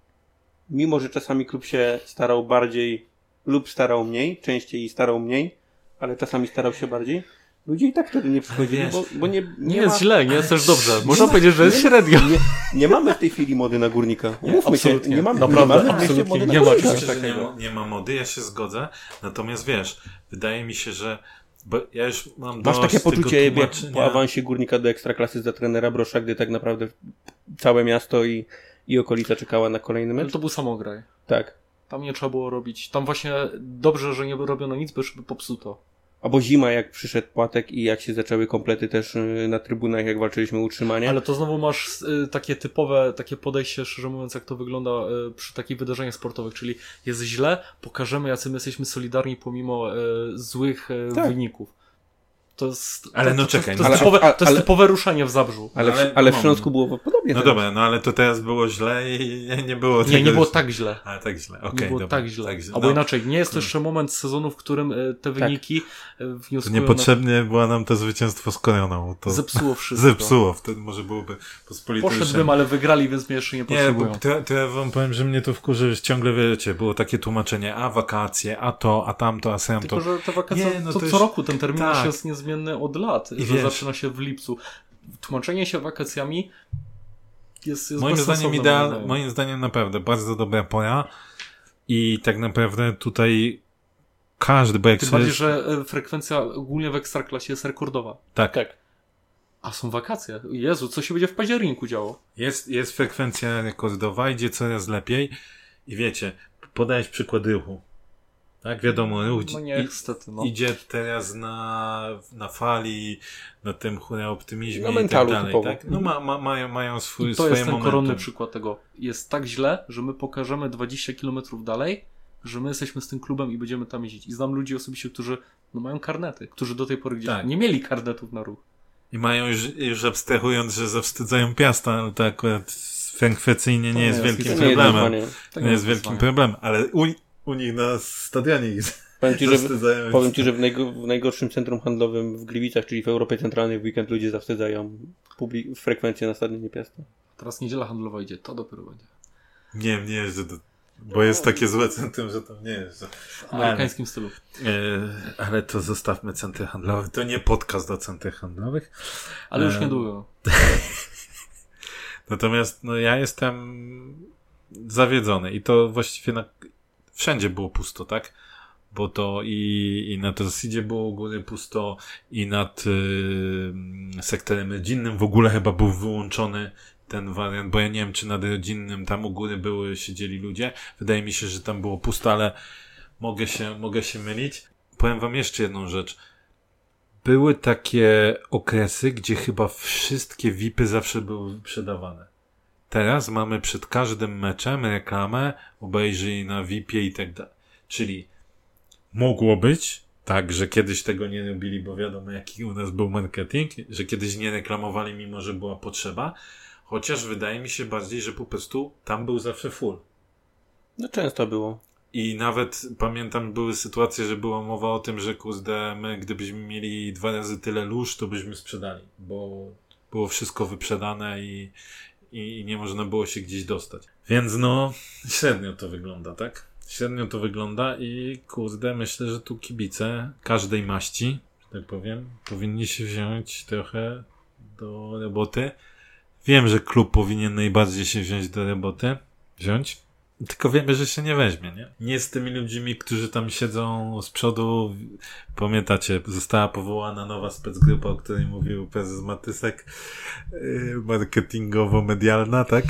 mimo że czasami klub się starał bardziej lub starał mniej, częściej i starał mniej, ale czasami starał się bardziej. Ludzie i tak wtedy nie przychodzili, wiesz, bo, bo nie, nie, Nie ma, jest źle, nie jest też dobrze. nie Można ma- powiedzieć, że jest nie- średnio. Nie, nie mamy w tej chwili mody na Górnika. Umówmy się, absolutnie. nie mamy, Naprawdę, nie mamy w mieście absolutnie mody na nie ma Górnika. czegoś Myślę, że nie, takiego. ma, nie ma mody, ja się zgodzę. Natomiast wiesz, wydaje mi się, że bo ja już mam Masz dość takie tego poczucie jak tłumaczenia. po awansie Górnika do Ekstraklasy za trenera Brosza, gdy tak naprawdę całe miasto i, i okolica czekała na kolejny Ale mecz? to był samograj. Tak. Tam nie trzeba było robić. Tam właśnie dobrze, że nie robiono nic, bo już by popsuto. Albo zima, jak przyszedł Płatek i jak się zaczęły komplety też y, na trybunach, jak walczyliśmy o utrzymanie. Ale to znowu masz y, takie typowe, takie podejście, szczerze mówiąc, jak to wygląda y, przy takich wydarzeniach sportowych, czyli jest źle, pokażemy, jacy my jesteśmy solidarni pomimo y, złych y, Tak. wyników. To jest, Ale to, no to, czekaj, to, no jest ale- typowe, to jest ale- typowe ruszenie w Zabrzu. Ale, w, ale- ale w no, Śląsku było podobnie. No teraz. dobra, no ale to teraz było źle i nie, nie było Nie, tego... nie było tak źle. Ale tak źle, okej, nie było dobra. tak źle. Tak źle. Albo No, inaczej, nie jest to jeszcze moment sezonu, w którym y, te wyniki y, to wnioskują niepotrzebnie było nam to zwycięstwo z Koreaną. To na... Zepsuło wszystko. zepsuło, wtedy może byłoby pospolite Poszedłbym, ruszenie. ale wygrali, więc mnie jeszcze nie Nie, potrzebują. bo to, to ja wam powiem, że mnie to wkurzy, że ciągle wiecie, było takie tłumaczenie, a wakacje, a to, a tamto, a sem Tylko, to. że te wakacje, Nie, no to, to co już- roku ten terminarz tak. jest niezmienny od lat, I że wiesz- zaczyna się w lipcu. Tłumaczenie się wakacjami jest, jest Moim zdaniem bezsensowne, ideal, moim zdaniem. moim zdaniem naprawdę bardzo dobra pora i tak naprawdę tutaj każdy, bo jak Tym sobie... bardziej, że e, frekwencja ogólnie w Ekstraklasie jest rekordowa. Tak, Tak. A są wakacje. Jezu, co się będzie w październiku działo? jest, jest frekwencja rekordowa, idzie coraz lepiej i wiecie, podajesz przykład ruchu. Tak, wiadomo, ruch No i- niestety, no. idzie teraz na, na fali, na tym hura optymizmie Na i tak mentalu dalej. typowo. Tak? No ma, ma, mają, mają swój, I to swoje jest ten momentum. koronny przykład tego. Jest tak źle, że my pokażemy dwadzieścia kilometrów dalej, że my jesteśmy z tym klubem i będziemy tam jeździć. I znam ludzi osobiście, którzy no, mają karnety, którzy do tej pory gdzieś Tak. nie mieli karnetów na ruch. I mają już, już abstrahując, że zawstydzają Piasta, ale to akurat frekwencyjnie nie To jest nie jest wielkim historia. Nie jest problemem. wyzwanie. To Nie jest wielkim wyzwanie. problemem, ale u, u nich na stadionie ich Powiem ci, że, zawstydzają. powiem ci, że w, najgo, w najgorszym centrum handlowym w Gliwicach, czyli w Europie Centralnej w weekend ludzie zawstydzają publi- frekwencję na stadionie Piasta. Teraz niedziela handlowa idzie, to dopiero będzie. Nie, nie jeżdżę do... Bo jest takie złe centrum, że tam nie jeżdżę. W amerykańskim stylu. E, ale to zostawmy centry handlowe. To nie podcast do centrów handlowych. Ale już E, niedługo. Natomiast no, ja jestem zawiedzony i to właściwie na... wszędzie było pusto, tak? Bo to i, i na Torsidzie było u góry pusto, i nad y, sektorem rodzinnym w ogóle chyba był wyłączony ten wariant, bo ja nie wiem, czy nad rodzinnym tam u góry były, siedzieli ludzie. Wydaje mi się, że tam było pusto, ale mogę się, mogę się mylić. Powiem wam jeszcze jedną rzecz. Były takie okresy, gdzie chyba wszystkie V I P y zawsze były wyprzedawane. Teraz mamy przed każdym meczem reklamę, obejrzyj na V I P ie i tak dalej. Czyli mogło być tak, że kiedyś tego nie robili, bo wiadomo jaki u nas był marketing, że kiedyś nie reklamowali, mimo że była potrzeba. Chociaż wydaje mi się bardziej, że po prostu tam był zawsze full. No często było. I nawet pamiętam, były sytuacje, że była mowa o tym, że kurde, my gdybyśmy mieli dwa razy tyle lóż, to byśmy sprzedali, bo było wszystko wyprzedane i, i, i nie można było się gdzieś dostać. Więc no, średnio to wygląda, tak? Średnio to wygląda i kurde, myślę, że tu kibice każdej maści, że tak powiem, powinni się wziąć trochę do roboty. Wiem, że klub powinien najbardziej się wziąć do roboty. Wziąć. Tylko wiemy, że się nie weźmie, nie? Nie z tymi ludźmi, którzy tam siedzą z przodu. Pamiętacie, została powołana nowa specgrupa, o której mówił prezes Matysek, yy, marketingowo-medialna, tak?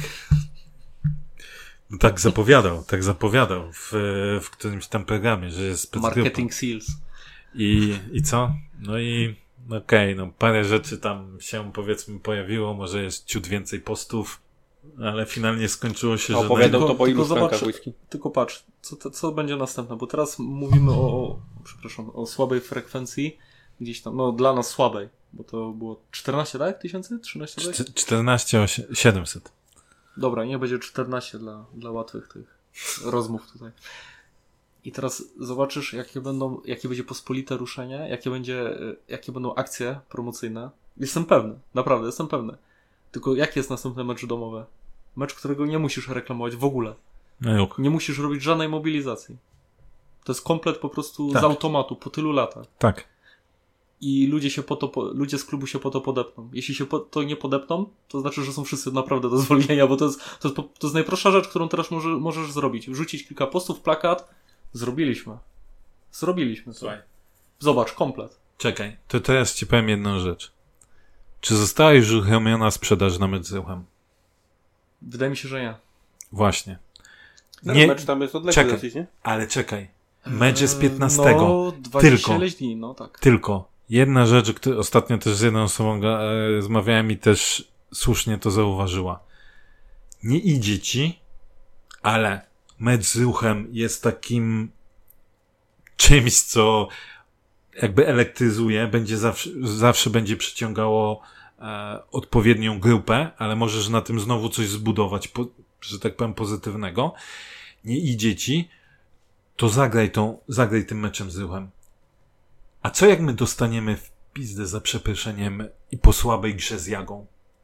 No tak zapowiadał, tak zapowiadał w, w którymś tam programie, że jest specgrupa. Marketing Sales. I, i co? No i okej, okay, no parę rzeczy tam się powiedzmy pojawiło, może jest ciut więcej postów, ale finalnie skończyło się, że... Opowiadał to po tylko ilu szklankach whisky. Tylko patrz, co, co, co będzie następne, bo teraz mówimy o, o, przepraszam, o słabej frekwencji, gdzieś tam, no dla nas słabej, bo to było czternaście, tak? Tysięcy? trzynaście, tak? czternaście siedemset. Dobra, nie będzie czternaście dla, dla łatwych tych rozmów tutaj. I teraz zobaczysz, jakie będą, jakie będzie pospolite ruszenie, jakie będzie, jakie będą akcje promocyjne. Jestem pewny, naprawdę, jestem pewny. Tylko jaki jest następny mecz domowy? Mecz, którego nie musisz reklamować w ogóle. No, nie musisz robić żadnej mobilizacji. To jest komplet po prostu tak. z automatu, po tylu latach. Tak. I ludzie się po to, po, ludzie z klubu się po to podepną. Jeśli się po to nie podepną, to znaczy, że są wszyscy naprawdę do zwolnienia, bo to jest, to jest, to jest najprostsza rzecz, którą teraz może, możesz zrobić. Wrzucić kilka postów, plakat. Zrobiliśmy. Zrobiliśmy to. Słuchaj. Zobacz, komplet. Czekaj, to teraz ci powiem jedną rzecz. Czy została już uruchomiona sprzedaż na mecz z Ruchem? Wydaje mi się, że nie. Właśnie. Nie, mecz tam jest odległy czekaj, dosyć, nie? Ale czekaj. Mecz jest piętnastego. No, dwadzieścia Tylko. ileś dni, no tak. Tylko. Jedna rzecz, którą ostatnio też z jedną osobą e, rozmawiałem i też słusznie to zauważyła. Nie idzie ci, ale mecz z Ruchem jest takim czymś, co jakby elektryzuje, będzie zawsze, zawsze będzie przyciągało e, odpowiednią grupę, ale możesz na tym znowu coś zbudować, po, że tak powiem, pozytywnego. Nie idzie ci, to zagraj tą, zagraj tym meczem z Ruchem. A co jak my dostaniemy w pizdę za przeproszeniem i po słabej grze z Jagą?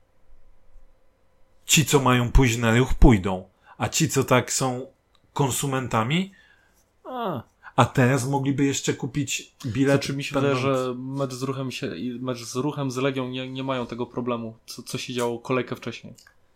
Ci, co mają pójść na Ruch, pójdą. A ci, co tak są konsumentami, a, a teraz mogliby jeszcze kupić bilet. Znaczy mi się wydaje, że mecz z Ruchem się, mecz z Ruchem, z Legią nie, nie mają tego problemu, co, co się działo kolejkę wcześniej.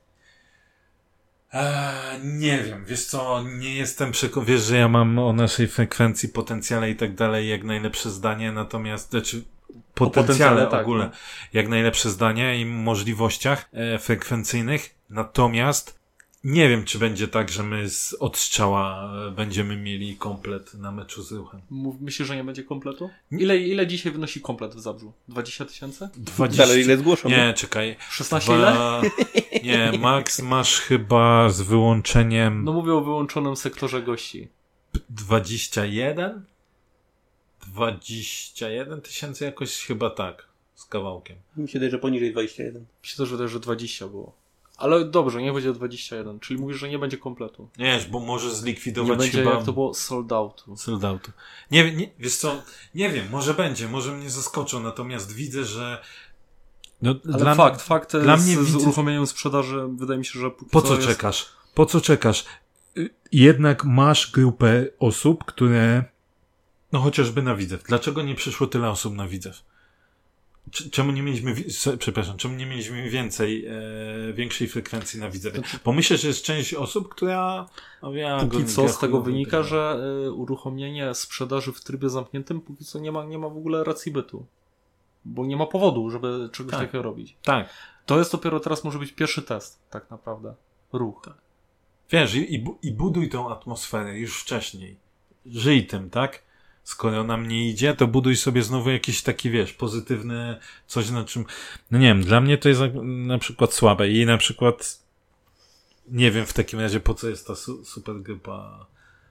Eee, nie wiem, wiesz co, nie jestem przekonany, wiesz, że ja mam o naszej frekwencji, potencjale i tak dalej jak najlepsze zdanie, natomiast, znaczy potencjale, potencjale w ogóle, tak, no. Jak najlepsze zdanie i możliwościach e, frekwencyjnych, natomiast nie wiem, czy będzie tak, że my z odstrzała będziemy mieli komplet na meczu z Ruchem. Myślisz, że nie będzie kompletu? Ile, ile dzisiaj wynosi komplet w Zabrzu? dwadzieścia tysięcy? dwadzieścia Ale ile zgłoszą? Nie, czekaj. szesnaście Dwa... ile? Nie, Max masz chyba z wyłączeniem... No mówię o wyłączonym sektorze gości. dwadzieścia jeden? dwadzieścia jeden tysięcy jakoś chyba tak. Z kawałkiem. Mi się wydaje, że poniżej dwadzieścia jeden. Mi się też wydaje, że dwadzieścia było. Ale dobrze, nie będzie dwadzieścia jeden, czyli mówisz, że nie będzie kompletu. Nie, bo może zlikwidować nie będzie, chyba... jak to było, sold outu. Sold outu. Nie, nie, wiesz co, nie wiem, może będzie, może mnie zaskoczą, natomiast widzę, że... No, ale dla fakt, m... fakt dla z, mnie z widzę... uruchomieniem sprzedaży, wydaje mi się, że... Po co jest... czekasz? Po co czekasz? Jednak masz grupę osób, które... No chociażby na Widzew. Dlaczego nie przyszło tyle osób na Widzew? Czemu nie mieliśmy, przepraszam, czemu nie mieliśmy więcej, e, większej frekwencji na Widzewie? Bo myślę, że jest część osób, która... No, ja póki co z tego wynika, że y, uruchomienie sprzedaży w trybie zamkniętym póki co nie ma, nie ma w ogóle racji bytu. Bo nie ma powodu, żeby czegoś tak. takiego robić. Tak. To jest dopiero teraz może być pierwszy test, tak naprawdę. Ruch. Tak. Wiesz, i, i, i buduj tą atmosferę już wcześniej. Żyj tym, tak? Skoro nam nie idzie, to buduj sobie znowu jakieś takie, wiesz, pozytywne coś, na czym... No nie wiem, dla mnie to jest na przykład słabe i na przykład nie wiem w takim razie, po co jest ta su- supergrupa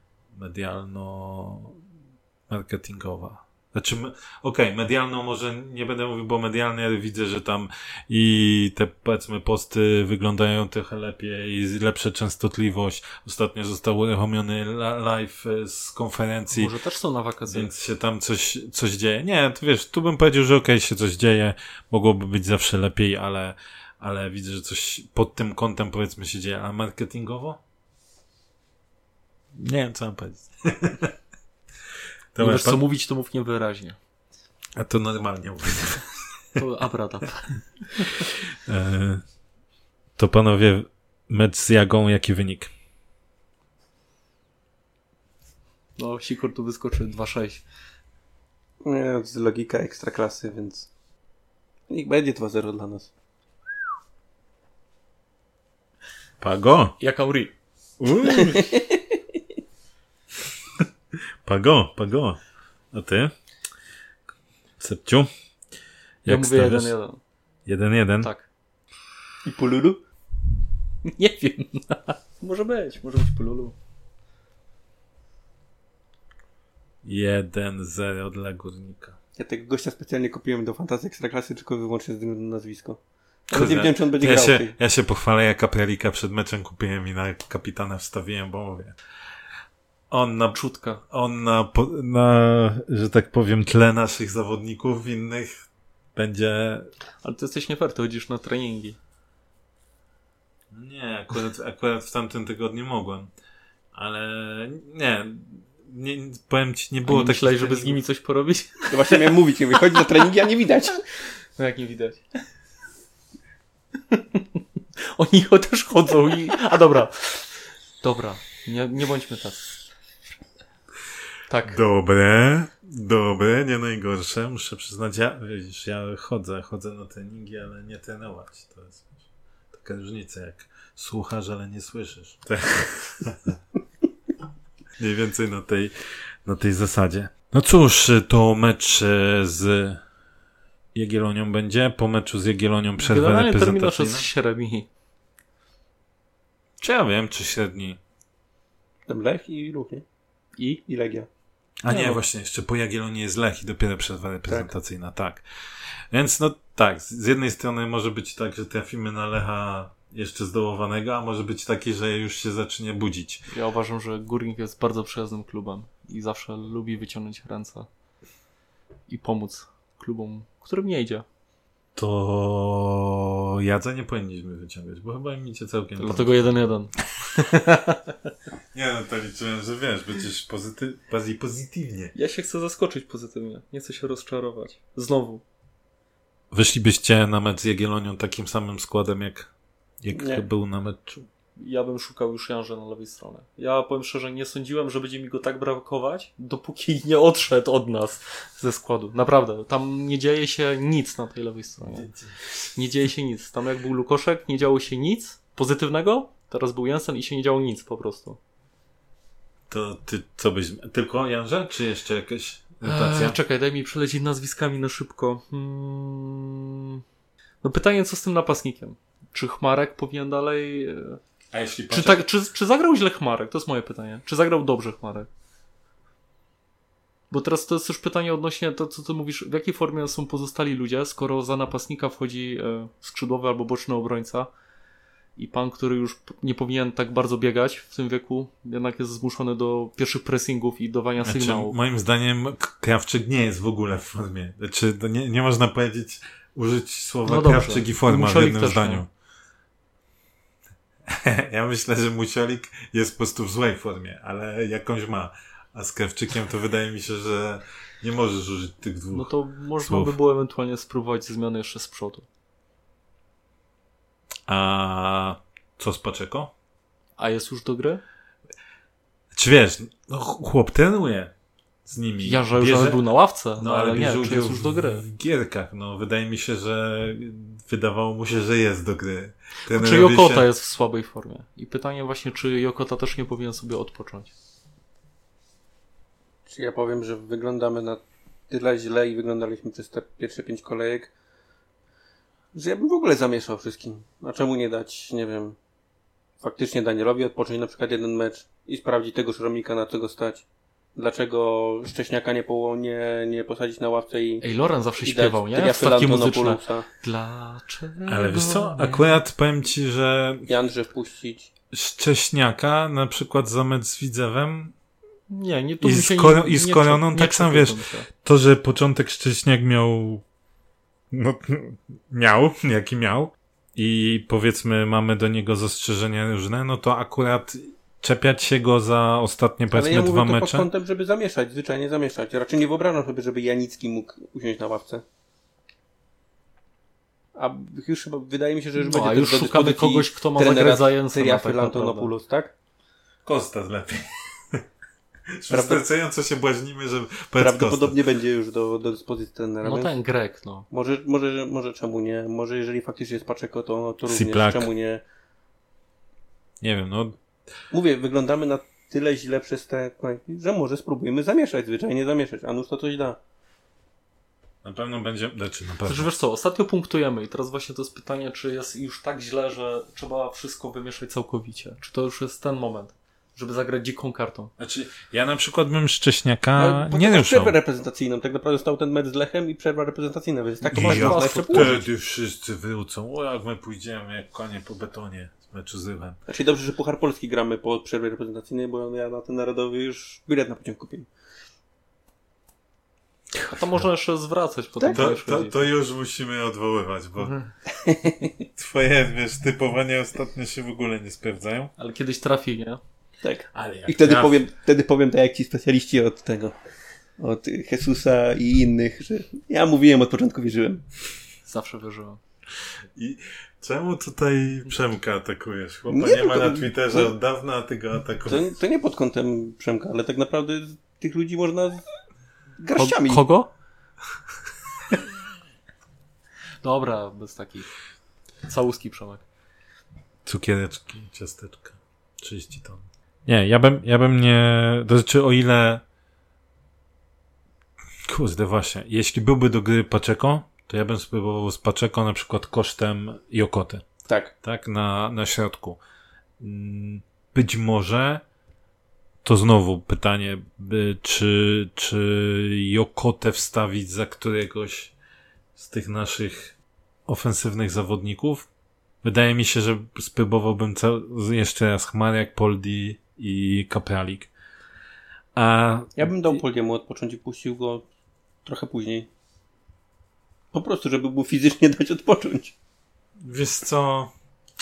medialno-marketingowa. Znaczy, okej, okay, medialną może nie będę mówił, bo medialnie, ale widzę, że tam i te, powiedzmy, posty wyglądają trochę lepiej, lepsza częstotliwość. Ostatnio został uruchomiony live z konferencji. Może też są na wakacje. Więc się tam coś, coś dzieje. Nie, to wiesz, tu bym powiedział, że okej, okay, się coś dzieje, mogłoby być zawsze lepiej, ale, ale widzę, że coś pod tym kątem, powiedzmy, się dzieje. A marketingowo? Nie wiem, co mam powiedzieć. Nie wiesz, co mówić, to mów niewyraźnie. A to normalnie mówię. To abradab. e, to panowie, mecz z Jagą, jaki wynik? No, Sikor tu wyskoczy dwa sześć. Nie, to jest logika ekstraklasy, więc niech będzie dwa zero dla nas. Pago? Jak Auri. Pago, Pago. A ty? Sepciu? Jak ja mówię jeden jeden. jeden jeden? Tak. I Pululu? Nie wiem. Może być, może być Pululu. jeden zero dla Górnika. Ja tego gościa specjalnie kupiłem do Fantazji Ekstraklasy, tylko wyłącznie z tym nazwisko. Ale nie wiem, czy on będzie ja grał. Się, ja się pochwalę, jak Kapralika przed meczem kupiłem i na kapitana wstawiłem, bo mówię... On na czutka, on na, na, że tak powiem, tle naszych zawodników innych będzie... Ale ty jesteś nie fair, ty chodzisz na treningi. Nie, akurat, akurat w tamtym tygodniu mogłem. Ale nie, nie powiem ci, nie było takich... Myślałeś, żeby z nimi coś porobić? To właśnie miałem mówić, nie wychodzi na treningi, a nie widać. No jak nie widać? Oni też chodzą i... A dobra. Dobra, nie, nie bądźmy tak. Tak. Dobre, dobre, nie najgorsze. Muszę przyznać, ja, widzisz, ja chodzę, chodzę na treningi, ale nie trenować. To jest wiesz, taka różnica, jak słuchasz, ale nie słyszysz. Mniej więcej na tej, na tej zasadzie. No cóż, to mecz z Jagiellonią będzie. Po meczu z Jagiellonią przerwa reprezentacyjna. Terminarz jest średni. Czy ja wiem, czy średni? Tam Lech i Ruch, nie? I? I Legia. A nie, no. Właśnie, jeszcze po Jagiellonie jest Lech i dopiero przerwa reprezentacyjna, tak. tak. Więc no tak, z jednej strony może być tak, że trafimy na Lecha jeszcze zdołowanego, a może być taki, że już się zacznie budzić. Ja uważam, że Górnik jest bardzo przyjaznym klubem i zawsze lubi wyciągnąć ręce i pomóc klubom, którym nie idzie. To Jadza nie powinniśmy wyciągać, bo chyba im idzie całkiem... Dlatego jeden jeden. Nie no, to liczyłem, że wiesz, będziesz pozytyw... bardziej pozytywnie. Ja się chcę zaskoczyć pozytywnie. Nie chcę się rozczarować. Znowu. Wyszlibyście na mecz z Jagiellonią takim samym składem, jak, jak był na meczu? Ja bym szukał już Janże na lewej stronie. Ja powiem szczerze, nie sądziłem, że będzie mi go tak brakować, dopóki nie odszedł od nas ze składu. Naprawdę. Tam nie dzieje się nic na tej lewej stronie. Nie dzieje się nic. Tam jak był Lukoszek, nie działo się nic pozytywnego. Teraz był Jensen i się nie działo nic po prostu. To ty co byś... Tylko Janże? Czy jeszcze jakaś rotacja? Eee, czekaj, daj mi przelecieć nazwiskami na szybko. Hmm... No pytanie, co z tym napastnikiem? Czy Chmarek powinien dalej... A jeśli czy, tak, czy, czy zagrał źle Chmarek? To jest moje pytanie. Czy zagrał dobrze Chmarek? Bo teraz to jest też pytanie odnośnie to, co ty mówisz, w jakiej formie są pozostali ludzie, skoro za napastnika wchodzi e, skrzydłowy albo boczny obrońca i pan, który już nie powinien tak bardzo biegać w tym wieku, jednak jest zmuszony do pierwszych pressingów i dawania znaczy, sygnałów. Moim zdaniem Krawczyk nie jest w ogóle w formie. Znaczy, to nie, nie można powiedzieć, użyć słowa no Krawczyk i forma w jednym zdaniu. Nie. Ja myślę, że Musiolik jest po prostu w złej formie, ale jakąś ma. A z Krawczykiem to wydaje mi się, że nie możesz użyć tych dwóch. No to można słów. by było ewentualnie spróbować zmiany jeszcze z przodu. A co z Paczeko? A jest już do gry? Czy wiesz, no chłop trenuje. z nimi. Ja, że już bierze, nawet był na ławce, no, no, ale ale bierze nie, czy udział jest już do gry. w gierkach. No, wydaje mi się, że wydawało mu się, że jest do gry. Czy Trenerowi Jokota się... jest w słabej formie? I pytanie właśnie, czy Jokota też nie powinien sobie odpocząć? Czy ja powiem, że wyglądamy na tyle źle i wyglądaliśmy przez te pierwsze pięć kolejek, że ja bym w ogóle zamieszał wszystkim. A czemu nie dać, nie wiem, faktycznie Danielowi odpocząć na przykład jeden mecz i sprawdzić tego Szromika, na co go stać? Dlaczego Szcześniaka nie, poło, nie, nie posadzić na ławce i... Ej, Loren zawsze i śpiewał, dać nie? Wstawki muzyczne. Antonopoulosa, Dlaczego? Ale wiesz co, nie? akurat powiem ci, że Jandrze wpuścić. Szcześniaka na przykład za mecz z Widzewem Nie, nie, tu i mi z, się Kor- nie, i z nie Koroną czepię- tak nie samo, czepię wiesz, mi się. to, że początek Szcześniak miał no, miał, jaki miał i powiedzmy mamy do niego zastrzeżenia różne, no to akurat czepiać się go za ostatnie Ale powiedzmy ja dwa mówię to pod mecze. kątem, żeby zamieszać, zwyczajnie zamieszać. Raczej nie wyobrażam sobie, żeby Janicki mógł usiąść na ławce. A już chyba, wydaje mi się, że już No, będzie a też już do szukamy dyspozycji kogoś, kto ma trenera zagrać za Jensena, Syria tak Antonopoulos, tak? Kostas lepiej. Prawda- Wystarczająco się błaźnimy, że Prawdopodobnie będzie już do, do dyspozycji trenera. No więc ten Grek, no. Może, może, może czemu nie? Może jeżeli faktycznie jest Paczeko, to, to również Siplak. czemu nie? Nie wiem, no Mówię, wyglądamy na tyle źle przez te kolejki, że może spróbujemy zamieszać, zwyczajnie zamieszać, a nuż to coś da. na pewno będzie, znaczy na pewno. Znaczy wiesz co, ostatnio punktujemy i teraz właśnie to jest pytanie, czy jest już tak źle, że trzeba wszystko wymieszać całkowicie. Czy to już jest ten moment, żeby zagrać dziką kartą? Znaczy, ja na przykład bym Szcześniaka Ale nie potem ruszał. przerwę reprezentacyjną, tak naprawdę stał ten mecz z Lechem i przerwa reprezentacyjna, więc tak to I masz jak można jeszcze położyć. wtedy wszyscy wrócą. O, jak my pójdziemy jak konie po betonie z meczu z Lechem. Znaczy dobrze, że Puchar Polski gramy po przerwie reprezentacyjnej, bo ja na ten narodowy już bilet na pociąg kupiłem. A to można jeszcze zwracać potem. To, jak to, chodzi. to już musimy odwoływać, bo Mhm. twoje, wiesz, typowania ostatnio się w ogóle nie sprawdzają. Ale kiedyś trafi, nie? Tak. Ale jak I wtedy traf- powiem, wtedy powiem tak jak ci specjaliści od tego, od Jezusa i innych, że ja mówiłem od początku, wierzyłem. Zawsze wierzyłem. I czemu tutaj Przemka atakujesz? Chłopa Nie, nie, ma tylko- na Twitterze od dawna, a ty go To, atakujesz. to nie pod kątem Przemka, ale tak naprawdę tych ludzi można garściami. Ko- kogo? Dobra, bez takich. Całuski Przemek. Cukiereczki, ciasteczka. trzydzieści ton. Nie, ja bym, ja bym nie... To znaczy, o ile... Kurde, właśnie. Jeśli byłby do gry Paczeko, to ja bym spróbował z Paczeko na przykład kosztem Jokoty. Tak. Tak? Na, na środku. Mm, Być może to znowu pytanie, by, czy, czy Jokotę wstawić za któregoś z tych naszych ofensywnych zawodników? Wydaje mi się, że spróbowałbym ca- jeszcze raz Chmariak, Poldi i Kapralik. A Ja bym dał Poldiemu odpocząć i puścił go trochę później. Po prostu, żeby mu fizycznie dać odpocząć. wiesz co?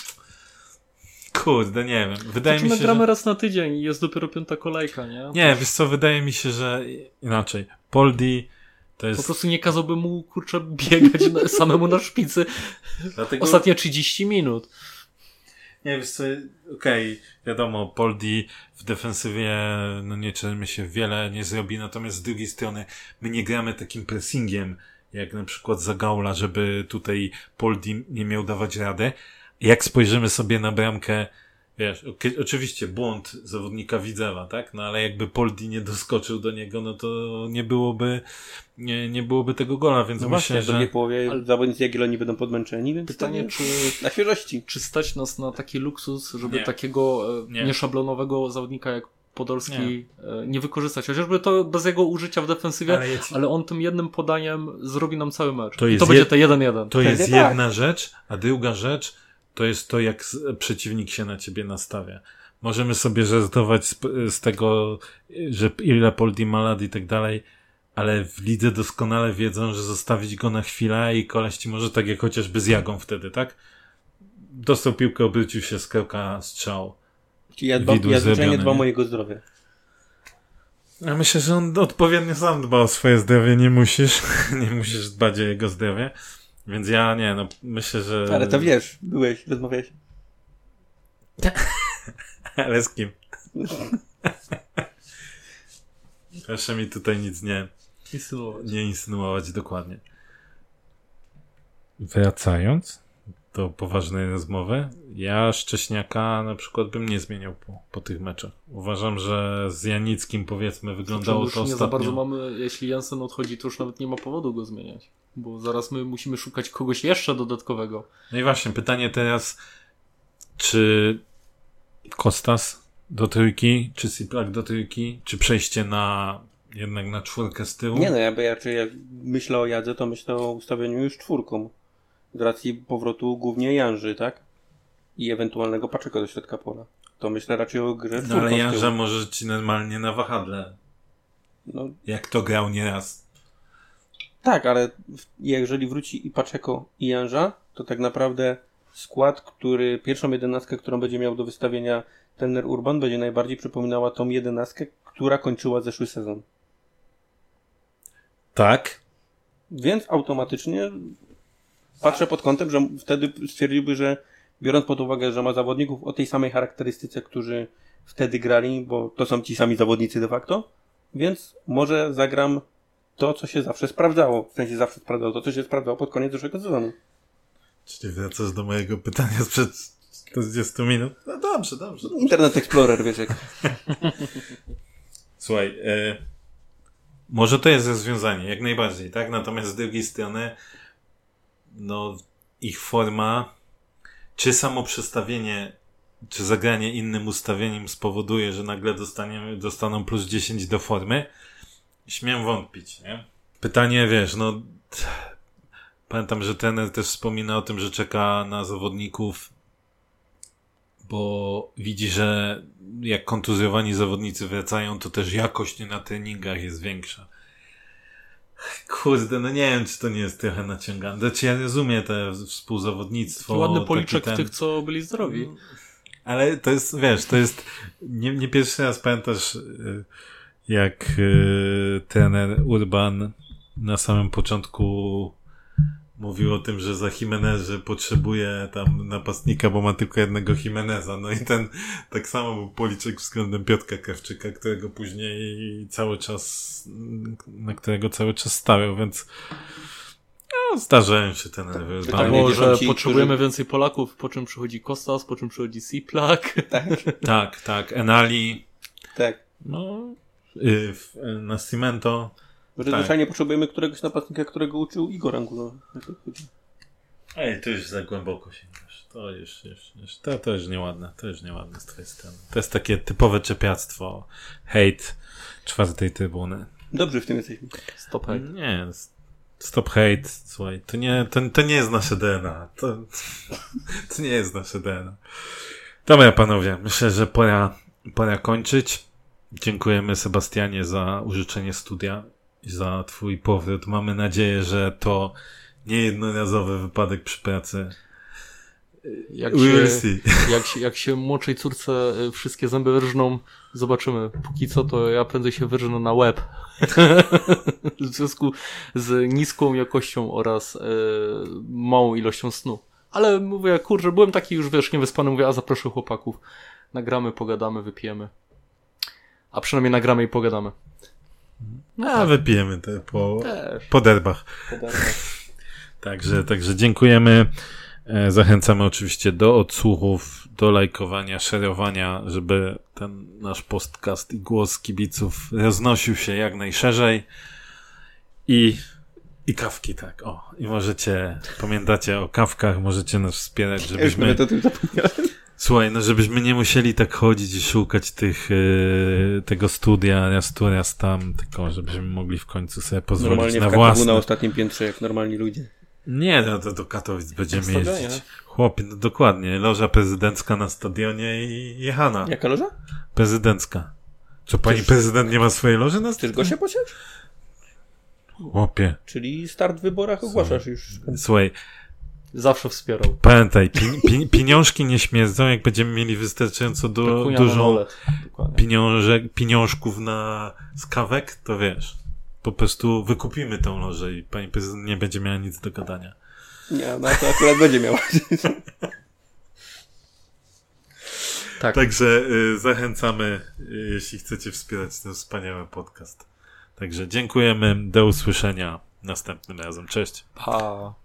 Kurde, nie wiem. Wydaje Znaczy, mi my się, gramy że... raz na tydzień i jest dopiero piąta kolejka, nie? Nie, wiesz co? Wydaje mi się, że inaczej. Poldi to Po jest... prostu nie kazałbym mu, kurczę, biegać na, samemu na szpicy Dlatego... ostatnie trzydzieści minut. Nie, wiesz co, okej, wiadomo, Poldi w defensywie no nie czermy się wiele nie zrobi, natomiast z drugiej strony my nie gramy takim pressingiem, jak na przykład za Gaula, żeby tutaj Poldi nie miał dawać radę. Jak spojrzymy sobie na bramkę, wiesz, okie- oczywiście błąd zawodnika Widzewa, tak? No ale jakby Poldi nie doskoczył do niego, no to nie byłoby nie, nie byłoby tego gola, więc No myślę, właśnie, w drugiej że... połowie Ale- zawodnicy Jagiellonii będą podmęczeni, więc Pytanie, wtedy czy, na świeżości. czy stać nas na taki luksus, żeby Nie. takiego e, Nie. nieszablonowego zawodnika jak Podolski Nie. nie. nie wykorzystać. Chociażby to bez jego użycia w defensywie, ale, Ale ja ci- on tym jednym podaniem zrobi nam cały mecz. To I jest to będzie jed- te jeden jeden. To jest Pewnie tak. jedna rzecz, a druga rzecz to jest to, jak z- przeciwnik się na ciebie nastawia. Możemy sobie żartować z, z tego, że ile Poldi ma lat i tak dalej, ale w lidze doskonale wiedzą, że zostawić go na chwilę i koleś ci może tak jak chociażby z Jagą wtedy, tak? Dostał piłkę, obrócił się z kroka, strzał. Czyli ja, dbam, Widły ja zwyczajnie zrobione, dbam o nie? mojego zdrowia. Ja myślę, że on odpowiednio sam dba o swoje zdrowie, nie musisz, nie musisz dbać o jego zdrowie, więc ja nie, no myślę, że... Ale to wiesz, byłeś, rozmawiałeś. Ale z kim? Proszę mi tutaj nic nie insynuować. Nie insynuować dokładnie. Wracając do poważnej rozmowy, ja Szcześniaka na przykład bym nie zmieniał po, po tych meczach. Uważam, że z Janickim powiedzmy wyglądało już to nie ostatnio... za bardzo mamy, jeśli Jansen odchodzi, to już nawet nie ma powodu go zmieniać. Bo zaraz my musimy szukać kogoś jeszcze dodatkowego. No i właśnie, pytanie teraz, czy Kostas do trójki, czy Siplak do trójki, czy przejście na jednak na czwórkę z tyłu? Nie no, ja, ja, czy jak myślę o Jadze, to myślę o ustawieniu już czwórką. Z racji powrotu głównie Janży, tak? I ewentualnego Paczeka do środka pola. To myślę raczej o grze czwórką. No ale z tyłu. Janża może ci normalnie na wahadle. No, Jak to grał nieraz. tak, ale w- jeżeli wróci i Paczeko i Janża, to tak naprawdę skład, który, pierwszą jedenastkę, którą będzie miał do wystawienia trener Urban, będzie najbardziej przypominała tą jedenastkę, która kończyła zeszły sezon. Tak. Więc automatycznie patrzę pod kątem, że wtedy stwierdziłby, że biorąc pod uwagę, że ma zawodników o tej samej charakterystyce, którzy wtedy grali, bo to są ci sami zawodnicy de facto, więc może zagram to, co się zawsze sprawdzało. W sensie zawsze sprawdzało to, co się sprawdzało pod koniec zeszłego sezonu. Czyli wracasz do mojego pytania sprzed czterdziestu minut? No dobrze, dobrze. Internet Explorer, wiesz jak. Słuchaj, e, może to jest rozwiązanie, jak najbardziej, tak? Natomiast z drugiej strony, no, ich forma, czy samo przestawienie, czy zagranie innym ustawieniem spowoduje, że nagle dostaniemy, dostaną plus dziesięć do formy? Śmiem wątpić, nie? Pytanie, wiesz, no, pamiętam, że trener też wspomina o tym, że czeka na zawodników, bo widzi, że jak kontuzjowani zawodnicy wracają, to też jakość na treningach jest większa. Kurde, no nie wiem, czy to nie jest trochę naciągane. Znaczy ja rozumiem te współzawodnictwo. Ładny taki policzek ten... tych, co byli zdrowi. Ale to jest, wiesz, to jest nie, nie pierwszy raz pamiętasz, y, jak y, trener Urban na samym początku mówił o tym, że za Jimenez potrzebuje tam napastnika, bo ma tylko jednego Jimeneza. No i ten, tak samo był policzek względem Piotrka Krawczyka, którego później cały czas, na którego cały czas stawiał, więc no, zdarzają się te nerwy. Pytanie, Albo, gdzie że są ci, potrzebujemy którzy- więcej Polaków, po czym przychodzi Kostas, po czym przychodzi Siplak. Tak, tak, Enali, Tak. no, y, w- na Cimento. Może Tak. zwyczajnie potrzebujemy któregoś napastnika, którego uczył Igor Angulo. Ej, to już za głęboko sięgasz. To już, już, już to, to już nieładne, to już nieładne z twojej strony. To jest takie typowe czepiactwo, hejt czwartej trybuny. Dobrze w tym jesteśmy. Stop hate. Nie, stop hate, słuchaj, to nie, to, to nie jest nasze D N A. To, to nie jest nasze D N A. Dobra, panowie, myślę, że pora, pora kończyć. Dziękujemy Sebastianie za użyczenie studia i za twój powrót. Mamy nadzieję, że to nie jednorazowy wypadek przy pracy. Jak We will się, see. jak, się, jak się młodszej córce y, wszystkie zęby wyrżną, zobaczymy. Póki co, to ja prędzej się wyrżnę na łeb. W związku z niską jakością oraz y, małą ilością snu. Ale mówię, kurczę, byłem taki już, wiesz, niewyspany, mówię, a zaproszę chłopaków. Nagramy, pogadamy, wypijemy. A przynajmniej nagramy i pogadamy. A wypijemy te po, Też. po derbach. Także, także dziękujemy. E, Zachęcamy oczywiście do odsłuchów, do lajkowania, szerowania, żeby ten nasz podcast i głos kibiców roznosił się jak najszerzej. I, i kawki, tak. O, i możecie, pamiętacie o kawkach, możecie nas wspierać, żebyśmy... Ja już nawet o tym zapomniałem. Słuchaj, no żebyśmy nie musieli tak chodzić i szukać tych, yy, tego studia, raz tu, raz tam, tylko żebyśmy mogli w końcu sobie pozwolić Normalnie w na K T W własne. na ostatnim piętrze, jak normalni ludzie. Nie, no to do Katowic będziemy Stadionie. jeździć. Chłopie, no dokładnie. Loża prezydencka na stadionie i jechana. Jaka loża? Prezydencka. Co, pani Chcesz- prezydent nie ma swojej loży na Chcesz stadionie? go się posiać? Chłopie. Czyli start w wyborach ogłaszasz już. Słuchaj, Zawsze wspierał. pamiętaj, pi- pi- pieniążki nie śmierdzą, jak będziemy mieli wystarczająco du- Kunia na dużo dole. Dokładnie. pieniążek, pieniążków na skawek, to wiesz, po prostu wykupimy tą lożę i pani prezydent nie będzie miała nic do gadania. Nie, no to akurat będzie miała. Tak. Także y, zachęcamy, y, jeśli chcecie wspierać ten wspaniały podcast. Także dziękujemy, do usłyszenia następnym razem. Cześć. Pa.